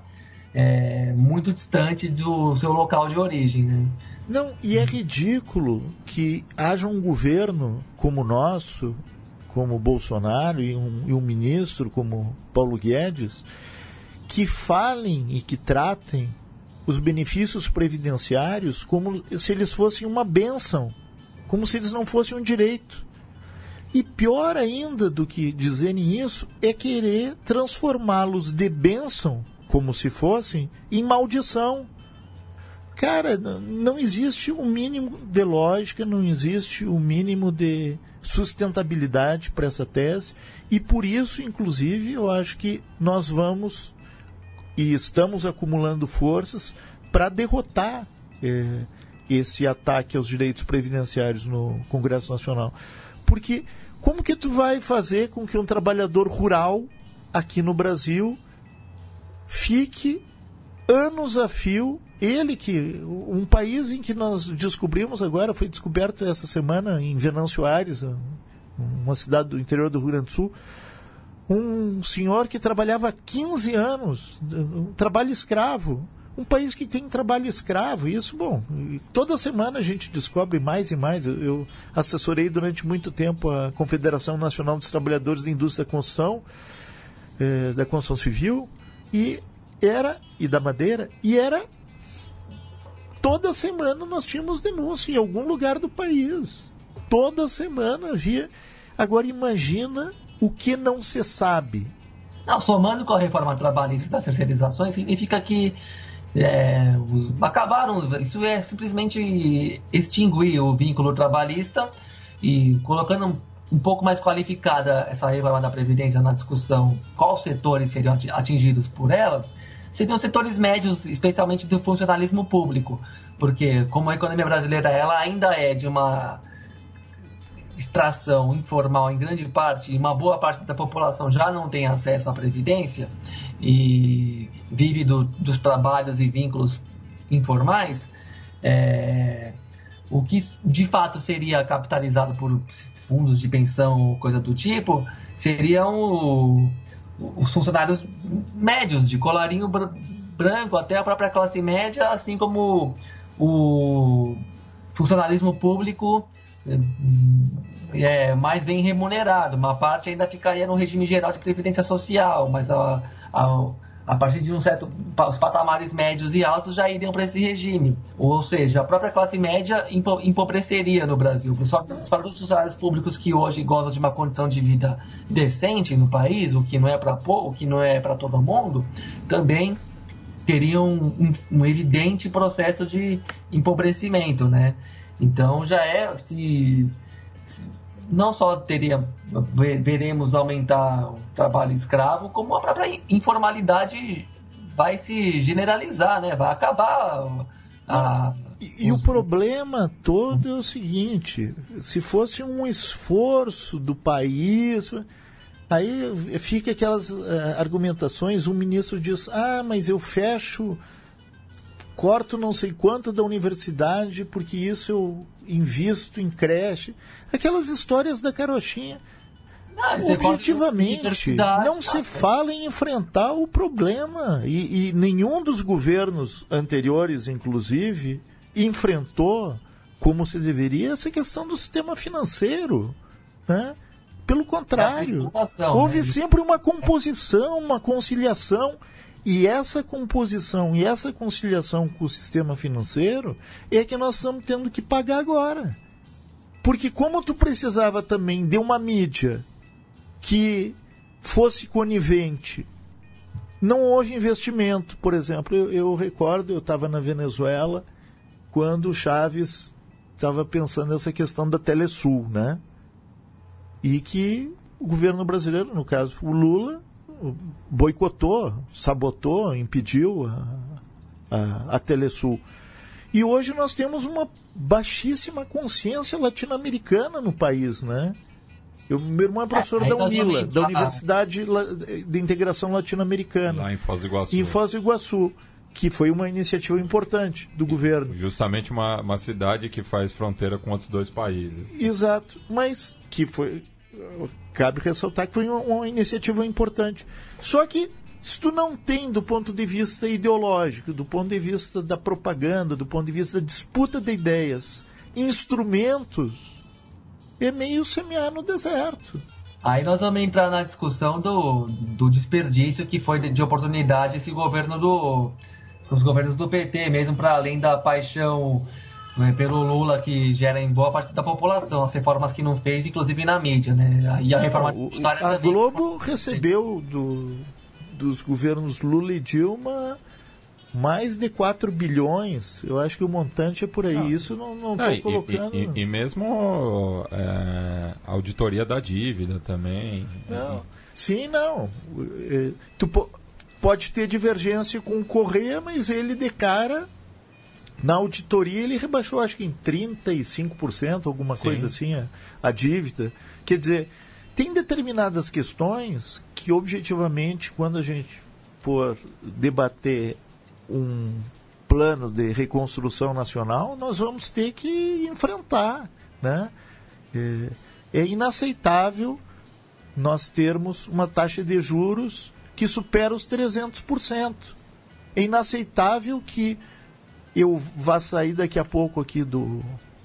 Speaker 3: muito distante do seu local de origem, né?
Speaker 4: Não, e é ridículo que haja um governo como o nosso, como o Bolsonaro e um ministro como Paulo Guedes, que falem e que tratem os benefícios previdenciários como se eles fossem uma bênção, como se eles não fossem um direito. E pior ainda do que dizerem isso é querer transformá-los de bênção, como se fossem, em maldição. Cara, não existe o mínimo de lógica, não existe o mínimo de sustentabilidade para essa tese, e por isso, inclusive, eu acho que nós vamos e estamos acumulando forças para derrotar esse ataque aos direitos previdenciários no Congresso Nacional. Porque como que tu vai fazer com que um trabalhador rural aqui no Brasil fique anos a fio, um país em que nós descobrimos agora, foi descoberto essa semana em Venâncio Aires, uma cidade do interior do Rio Grande do Sul, um senhor que trabalhava 15 anos, um trabalho escravo, um país que tem trabalho escravo, isso, bom, toda semana a gente descobre mais e mais. Eu assessorei durante muito tempo a Confederação Nacional dos Trabalhadores da Indústria da Construção Civil, e da madeira, e era toda semana nós tínhamos denúncia em algum lugar do país. Toda semana havia. Agora imagina o que não se sabe.
Speaker 3: Não, somando com a reforma trabalhista das terceirizações, significa que acabaram. Isso é simplesmente extinguir o vínculo trabalhista e colocando um pouco mais qualificada essa reforma da Previdência na discussão, quais setores seriam atingidos por ela. Seriam setores médios, especialmente do funcionalismo público, porque como a economia brasileira ela ainda é de uma extração informal em grande parte, e uma boa parte da população já não tem acesso à Previdência e vive dos trabalhos e vínculos informais, o que de fato seria capitalizado por fundos de pensão ou coisa do tipo, seriam os funcionários médios, de colarinho branco, até a própria classe média, assim como o funcionalismo público mais bem remunerado. Uma parte ainda ficaria no regime geral de previdência social, mas a partir de os patamares médios e altos já iriam para esse regime. Ou seja, a própria classe média empobreceria no Brasil. Os próprios funcionários públicos que hoje gozam de uma condição de vida decente no país, o que não é para todo mundo, também teriam um evidente processo de empobrecimento, né? Então já não só veremos aumentar o trabalho escravo, como a própria informalidade vai se generalizar, né? Vai acabar.
Speaker 4: E o problema todo é o seguinte: se fosse um esforço do país, aí fica aquelas argumentações, o ministro diz, mas eu corto não sei quanto da universidade porque isso eu invisto em creche. Aquelas histórias da carochinha. Objetivamente, não se fala em enfrentar o problema. E nenhum dos governos anteriores, inclusive, enfrentou, como se deveria, essa questão do sistema financeiro, né? Pelo contrário, houve sempre uma composição, uma conciliação. E essa composição e essa conciliação com o sistema financeiro é que nós estamos tendo que pagar agora. Porque como tu precisava também de uma mídia que fosse conivente, não houve investimento. Por exemplo, eu recordo, eu estava na Venezuela quando o Chaves estava pensando nessa questão da Telesul, né? E que o governo brasileiro, no caso o Lula, boicotou, sabotou, impediu a Telesul. E hoje nós temos uma baixíssima consciência latino-americana no país, né? Meu irmão é professor da UNILA, da Universidade de Integração Latino-Americana. Lá
Speaker 2: em Foz do Iguaçu.
Speaker 4: Em Foz do Iguaçu, que foi uma iniciativa importante do governo.
Speaker 2: Justamente uma cidade que faz fronteira com outros dois países.
Speaker 4: Exato, mas que foi... Cabe ressaltar que foi uma iniciativa importante. Só que, se tu não tem, do ponto de vista ideológico, do ponto de vista da propaganda, do ponto de vista da disputa de ideias, instrumentos, é meio semear no deserto.
Speaker 3: Aí nós vamos entrar na discussão do desperdício que foi de oportunidade esse governo os governos do PT, mesmo para além da paixão pelo Lula, que gera em boa parte da população, as reformas que não fez, inclusive na mídia, né? E a reforma
Speaker 4: a Globo recebeu dos governos Lula e Dilma mais de 4 bilhões. Eu acho que o montante é por aí. Isso não estou colocando.
Speaker 2: E mesmo a auditoria da dívida também.
Speaker 4: Não. Sim, não. Tu pode ter divergência com o Correia, mas ele de cara... Na auditoria ele rebaixou, acho que em 35%, alguma coisa assim, a dívida. Quer dizer, tem determinadas questões que, objetivamente, quando a gente for debater um plano de reconstrução nacional, nós vamos ter que enfrentar, né? É inaceitável nós termos uma taxa de juros que supera os 300%. É inaceitável que eu vá sair daqui a pouco aqui do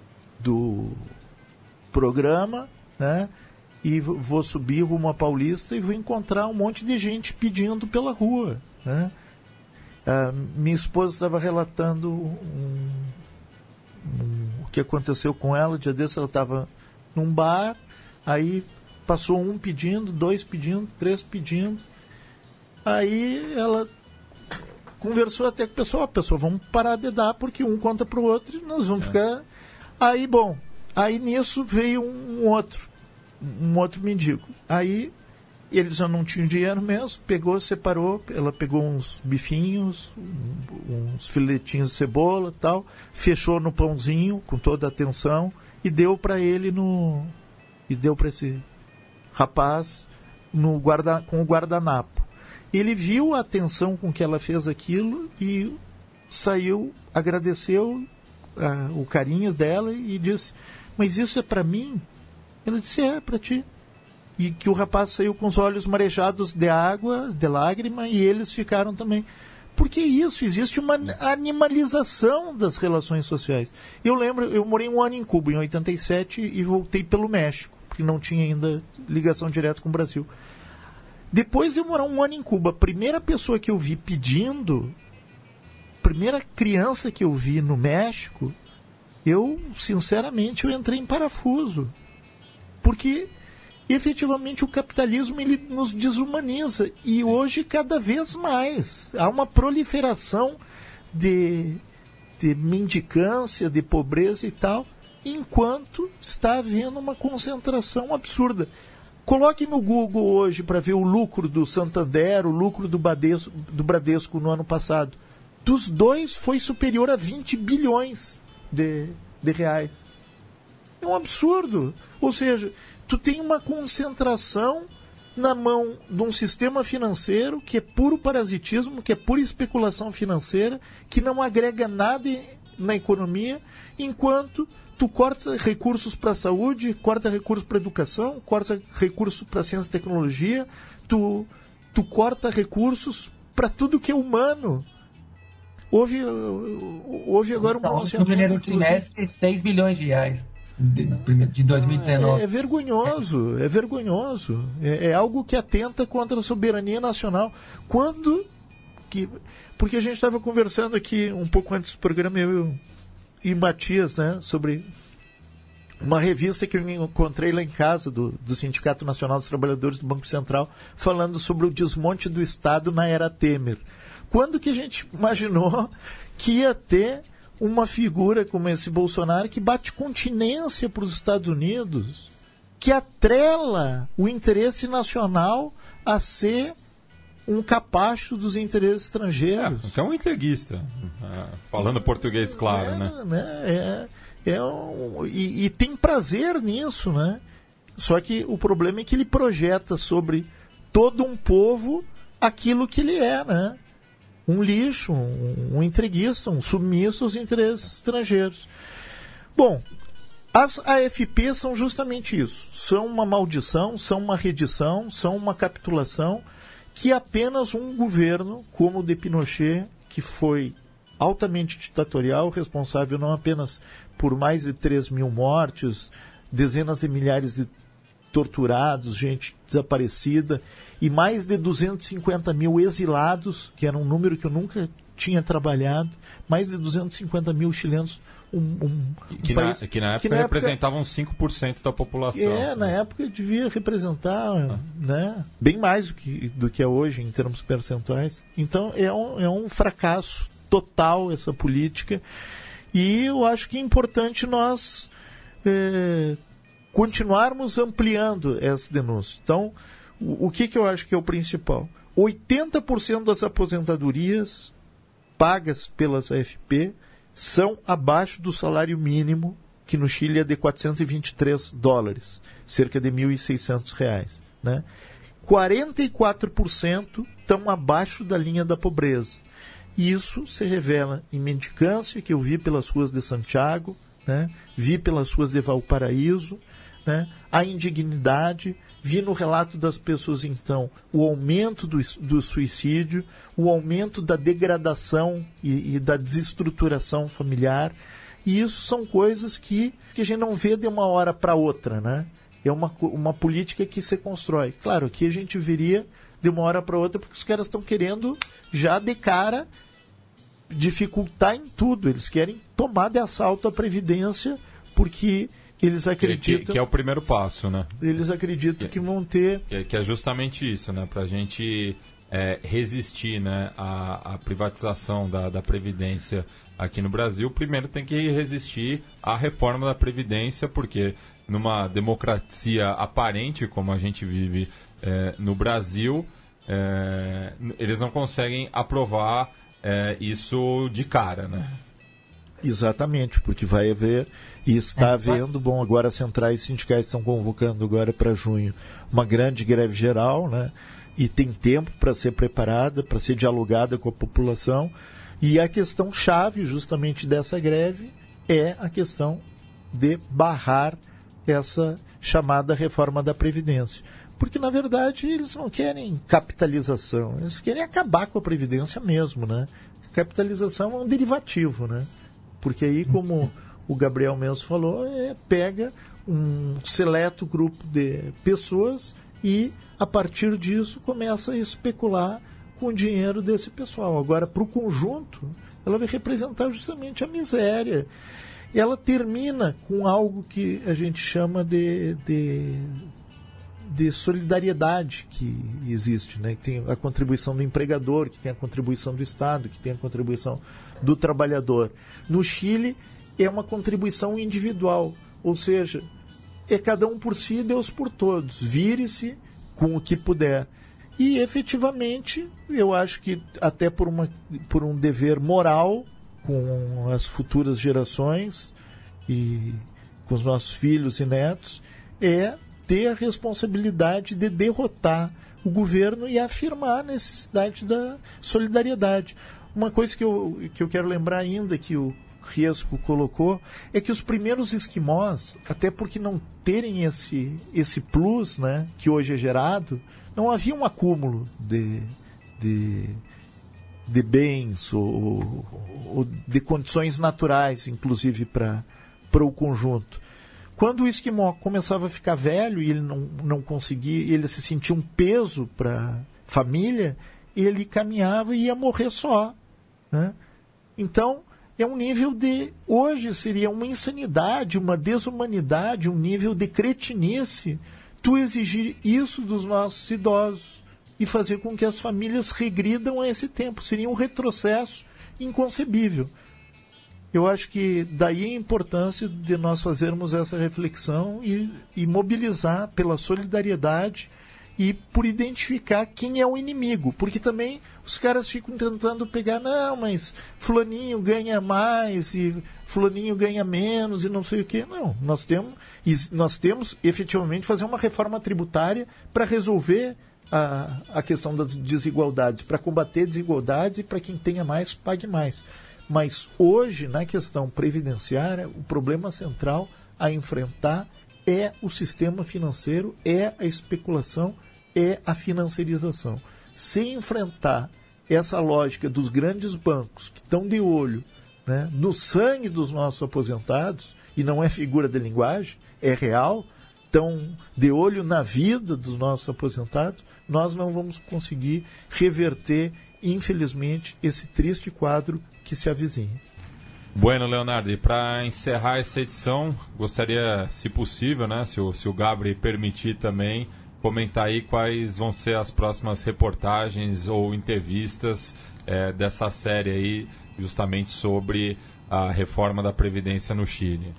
Speaker 4: programa, né? E vou subir rumo a Paulista e vou encontrar um monte de gente pedindo pela rua, né? Minha esposa estava relatando o que aconteceu com ela. Dia desse ela estava num bar, aí passou um pedindo, 2 pedindo, 3 pedindo. Aí ela conversou até com o pessoal, vamos parar de dar, porque um conta para o outro e nós vamos ficar... Aí nisso veio um outro mendigo. Aí ele já não tinha dinheiro mesmo, separou, ela pegou uns bifinhos, uns filetinhos de cebola e tal, fechou no pãozinho com toda a atenção e deu para ele e deu para esse rapaz com o guardanapo. Ele viu a atenção com que ela fez aquilo e saiu, agradeceu o carinho dela e disse, mas isso é para mim? Ela disse, é para ti. E que o rapaz saiu com os olhos marejados de água, de lágrima, e eles ficaram também. Porque isso, existe uma animalização das relações sociais. Eu lembro, eu morei 1 ano em Cuba, em 87, e voltei pelo México. porque não tinha ainda ligação direta com o Brasil. Depois de morar 1 ano em Cuba, a primeira pessoa que eu vi pedindo, primeira criança que eu vi no México, sinceramente, eu entrei em parafuso. Porque, efetivamente, o capitalismo ele nos desumaniza. E hoje, cada vez mais, há uma proliferação de mendicância, de pobreza e tal, enquanto está havendo uma concentração absurda. Coloque no Google hoje para ver o lucro do Santander, o lucro do Bradesco no ano passado. Dos dois foi superior a 20 bilhões de reais. É um absurdo. Ou seja, tu tem uma concentração na mão de um sistema financeiro que é puro parasitismo, que é pura especulação financeira, que não agrega nada na economia, enquanto tu corta recursos para a saúde, corta recursos para a educação, corta recursos para a ciência e tecnologia, tu corta recursos para tudo que é humano. Houve agora um pronunciamento...
Speaker 3: No primeiro trimestre, 6 bilhões de reais de 2019.
Speaker 4: É vergonhoso. É algo que atenta contra a soberania nacional. Porque a gente estava conversando aqui um pouco antes do programa, eu e Matias, né, sobre uma revista que eu encontrei lá em casa do Sindicato Nacional dos Trabalhadores do Banco Central, falando sobre o desmonte do Estado na era Temer. Quando que a gente imaginou que ia ter uma figura como esse Bolsonaro que bate continência para os Estados Unidos, que atrela o interesse nacional a ser um capacho dos interesses estrangeiros?
Speaker 2: Que é um entreguista, falando português claro, né? E tem prazer nisso, né? Só que o problema é que ele projeta sobre todo um povo aquilo que ele é, né? Um lixo, um entreguista, um submisso aos interesses estrangeiros. Bom, as AFP são justamente isso. São uma maldição, são uma redição, são uma capitulação que apenas um governo, como o de Pinochet, que foi altamente ditatorial, responsável não apenas por mais de 3 mil mortes, dezenas de milhares de torturados, gente desaparecida, e mais de 250 mil exilados, que era um número que eu nunca tinha trabalhado, mais de 250 mil chilenos. Que na época representavam 5% da população.
Speaker 4: Na época devia representar né, bem mais do que é hoje, em termos percentuais. Então é um fracasso total essa política, e eu acho que é importante nós continuarmos ampliando essa denúncia. Então, o que eu acho que é o principal? 80% das aposentadorias pagas pelas AFP são abaixo do salário mínimo, que no Chile é de $423, cerca de R$1.600. Né? 44% estão abaixo da linha da pobreza. E isso se revela em mendicância, que eu vi pelas ruas de Santiago, né? Vi pelas ruas de Valparaíso, né? A indignidade, vi no relato das pessoas, então, o aumento do suicídio, o aumento da degradação e da desestruturação familiar, e isso são coisas que a gente não vê de uma hora para outra, né? É uma política que se constrói. Claro, aqui a gente veria de uma hora para outra, porque os caras estão querendo já de cara dificultar em tudo, eles querem tomar de assalto a Previdência, porque eles acreditam...
Speaker 2: Que é o primeiro passo, né?
Speaker 4: Eles acreditam que vão ter...
Speaker 2: Que é justamente isso, né? Para a gente resistir, né, à privatização da Previdência aqui no Brasil, primeiro tem que resistir à reforma da Previdência, porque numa democracia aparente, como a gente vive no Brasil, eles não conseguem aprovar isso de cara, né?
Speaker 4: Exatamente, porque vai haver, e está havendo, bom, agora as centrais sindicais estão convocando agora para junho uma grande greve geral, né? E tem tempo para ser preparada, para ser dialogada com a população, e a questão chave justamente dessa greve é a questão de barrar essa chamada reforma da Previdência. Porque, na verdade, eles não querem capitalização, eles querem acabar com a Previdência mesmo, né? Capitalização é um derivativo, né? Porque aí, como o Gabriel mesmo falou, pega um seleto grupo de pessoas e, a partir disso, começa a especular com o dinheiro desse pessoal. Agora, para o conjunto, ela vai representar justamente a miséria. Ela termina com algo que a gente chama de solidariedade que existe, né? Que tem a contribuição do empregador, que tem a contribuição do Estado, que tem a contribuição do trabalhador. No Chile, é uma contribuição individual, ou seja, é cada um por si, Deus por todos. Vire-se com o que puder. E, efetivamente, eu acho que até por um dever moral com as futuras gerações e com os nossos filhos e netos, é ter a responsabilidade de derrotar o governo e afirmar a necessidade da solidariedade. Uma coisa que eu quero lembrar ainda, que o Riesco colocou, é que os primeiros esquimós, até porque não terem esse plus, né, que hoje é gerado, não havia um acúmulo de bens ou de condições naturais, inclusive para o conjunto. Quando o esquimó começava a ficar velho e ele não conseguia, ele se sentia um peso para a família, ele caminhava e ia morrer só, né? Então, é um nível de... Hoje seria uma insanidade, uma desumanidade, um nível de cretinice, tu exigir isso dos nossos idosos e fazer com que as famílias regridam a esse tempo. Seria um retrocesso inconcebível. Eu acho que daí a importância de nós fazermos essa reflexão e mobilizar pela solidariedade e por identificar quem é o inimigo. Porque também os caras ficam tentando pegar, não, mas fulaninho ganha mais e fulaninho ganha menos e não sei o quê. Não, nós temos efetivamente fazer uma reforma tributária para resolver a questão das desigualdades, para combater desigualdades e para quem tenha mais, pague mais. Mas hoje, na questão previdenciária, o problema central a enfrentar é o sistema financeiro, é a especulação, é a financiarização. Se enfrentar essa lógica dos grandes bancos que estão de olho, né, no sangue dos nossos aposentados, e não é figura de linguagem, é real, estão de olho na vida dos nossos aposentados, nós não vamos conseguir reverter, infelizmente, esse triste quadro que se avizinha.
Speaker 2: Bueno, Leonardo, e para encerrar essa edição, gostaria, se possível, né, se o Gabri permitir também, comentar aí quais vão ser as próximas reportagens ou entrevistas dessa série aí, justamente sobre a reforma da Previdência no Chile.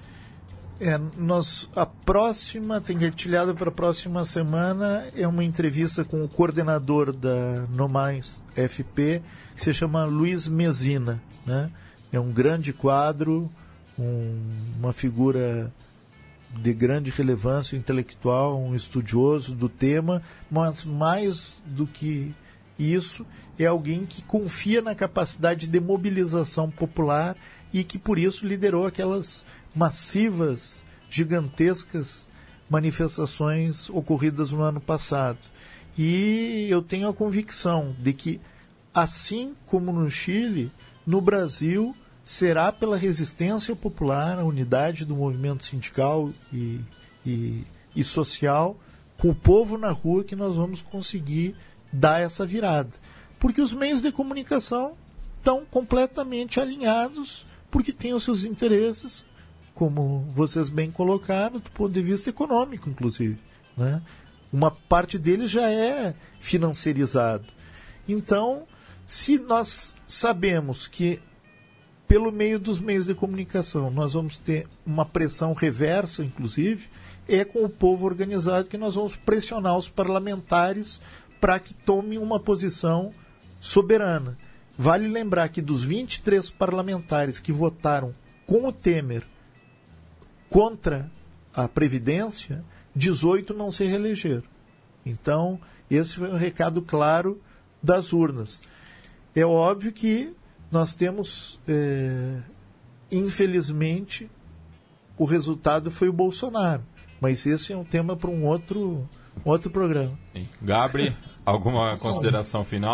Speaker 4: A próxima, tem engatilhada para a próxima semana, é uma entrevista com o coordenador da NOMAIS FP, que se chama Luiz Mesina, né? É um grande quadro, uma figura de grande relevância intelectual, um estudioso do tema, mas mais do que isso, é alguém que confia na capacidade de mobilização popular e que por isso liderou aquelas massivas, gigantescas manifestações ocorridas no ano passado. E eu tenho a convicção de que, assim como no Chile, no Brasil será pela resistência popular, a unidade do movimento sindical e social, com o povo na rua, que nós vamos conseguir dar essa virada. Porque os meios de comunicação estão completamente alinhados, porque têm os seus interesses, como vocês bem colocaram, do ponto de vista econômico, inclusive, né? Uma parte deles já é financiarizado. Então, se nós sabemos que, pelo meio dos meios de comunicação, nós vamos ter uma pressão reversa, inclusive, é com o povo organizado que nós vamos pressionar os parlamentares para que tomem uma posição soberana. Vale lembrar que dos 23 parlamentares que votaram com o Temer contra a Previdência, 18 não se reelegeram. Então, esse foi um recado claro das urnas. É óbvio que nós temos, infelizmente, o resultado foi o Bolsonaro. Mas esse é um tema para um outro programa.
Speaker 2: Sim. Gabri, alguma consideração final?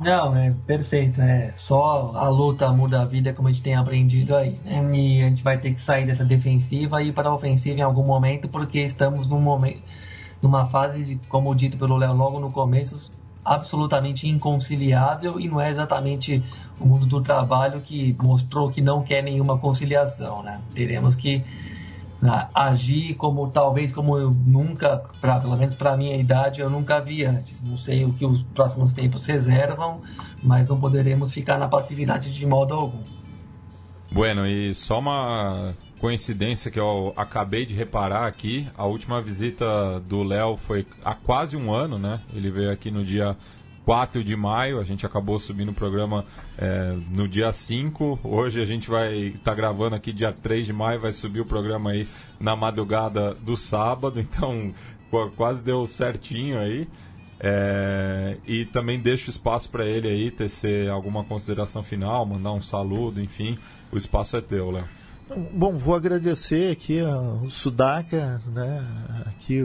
Speaker 3: Não, é perfeito. É só a luta muda a vida, como a gente tem aprendido aí, né? E a gente vai ter que sair dessa defensiva e ir para a ofensiva em algum momento, porque estamos numa fase, como dito pelo Léo logo no começo, absolutamente inconciliável, e não é exatamente o mundo do trabalho que mostrou que não quer nenhuma conciliação, né? Teremos que agir talvez como eu nunca, pelo menos para a minha idade, eu nunca vi antes. Não sei o que os próximos tempos reservam, mas não poderemos ficar na passividade de modo algum.
Speaker 2: Bueno, e só uma coincidência que eu acabei de reparar aqui, a última visita do Léo foi há quase um ano, né? Ele veio aqui no dia 4 de maio, a gente acabou subindo o programa no dia 5, hoje a gente vai estar gravando aqui dia 3 de maio, vai subir o programa aí na madrugada do sábado, então quase deu certinho aí. E também deixo espaço para ele aí tecer alguma consideração final, mandar um saludo, enfim, o espaço é teu, Léo.
Speaker 4: Bom, vou agradecer aqui ao Sudaca, né, aqui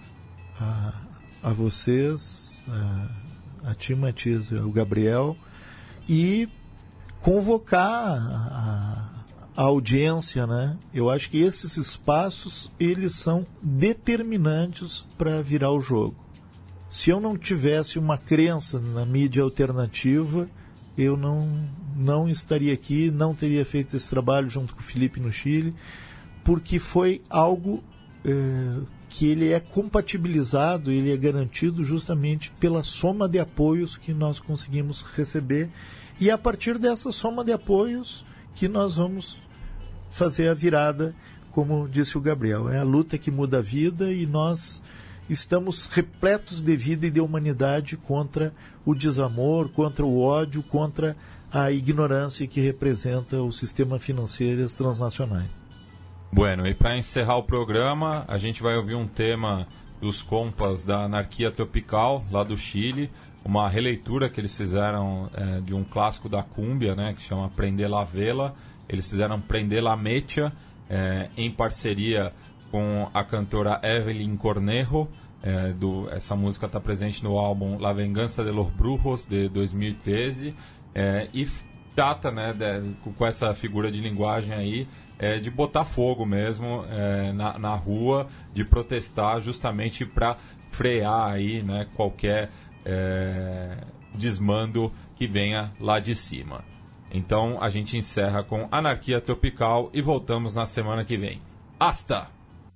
Speaker 4: a vocês, a ti, Matias, o Gabriel, e convocar a audiência, né? Eu acho que esses espaços, eles são determinantes para virar o jogo. Se eu não tivesse uma crença na mídia alternativa, eu não estaria aqui, não teria feito esse trabalho junto com o Felipe no Chile, porque foi algo que ele é compatibilizado, ele é garantido justamente pela soma de apoios que nós conseguimos receber, e a partir dessa soma de apoios que nós vamos fazer a virada, como disse o Gabriel. É a luta que muda a vida, e nós estamos repletos de vida e de humanidade contra o desamor, contra o ódio, contra a ignorância que representa o sistema financeiro e as transnacionais.
Speaker 2: Bueno, e para encerrar o programa, a gente vai ouvir um tema dos compas da Anarquia Tropical, lá do Chile, uma releitura que eles fizeram de um clássico da cúmbia, né, que chama Prender la Vela. Eles fizeram Prender la Mecha, em parceria com a cantora Evelyn Cornejo. Essa música está presente no álbum La Venganza de los Brujos, de 2013, e trata, né, com essa figura de linguagem aí, de botar fogo mesmo na rua, de protestar justamente para frear aí, né, qualquer desmando que venha lá de cima. Então a gente encerra com Anarquia Tropical e voltamos na semana que vem. Hasta!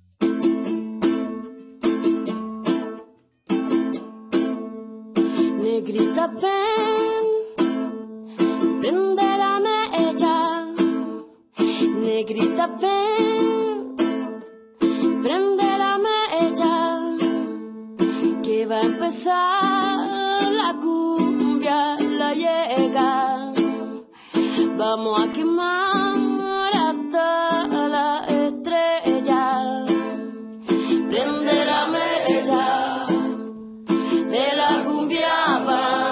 Speaker 5: Negrita, ven, prende la mecha. Negrita, ven, prende la mecha, que va a empezar la cumbia, la llega. Vamos a quemar hasta la estrella. Prende la mecha de la cumbia,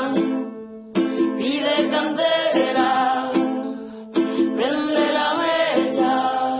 Speaker 5: pide candela, prende la mecha.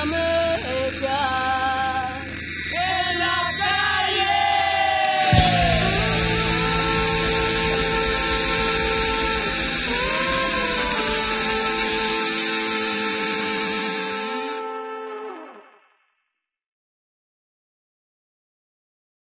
Speaker 5: la mer.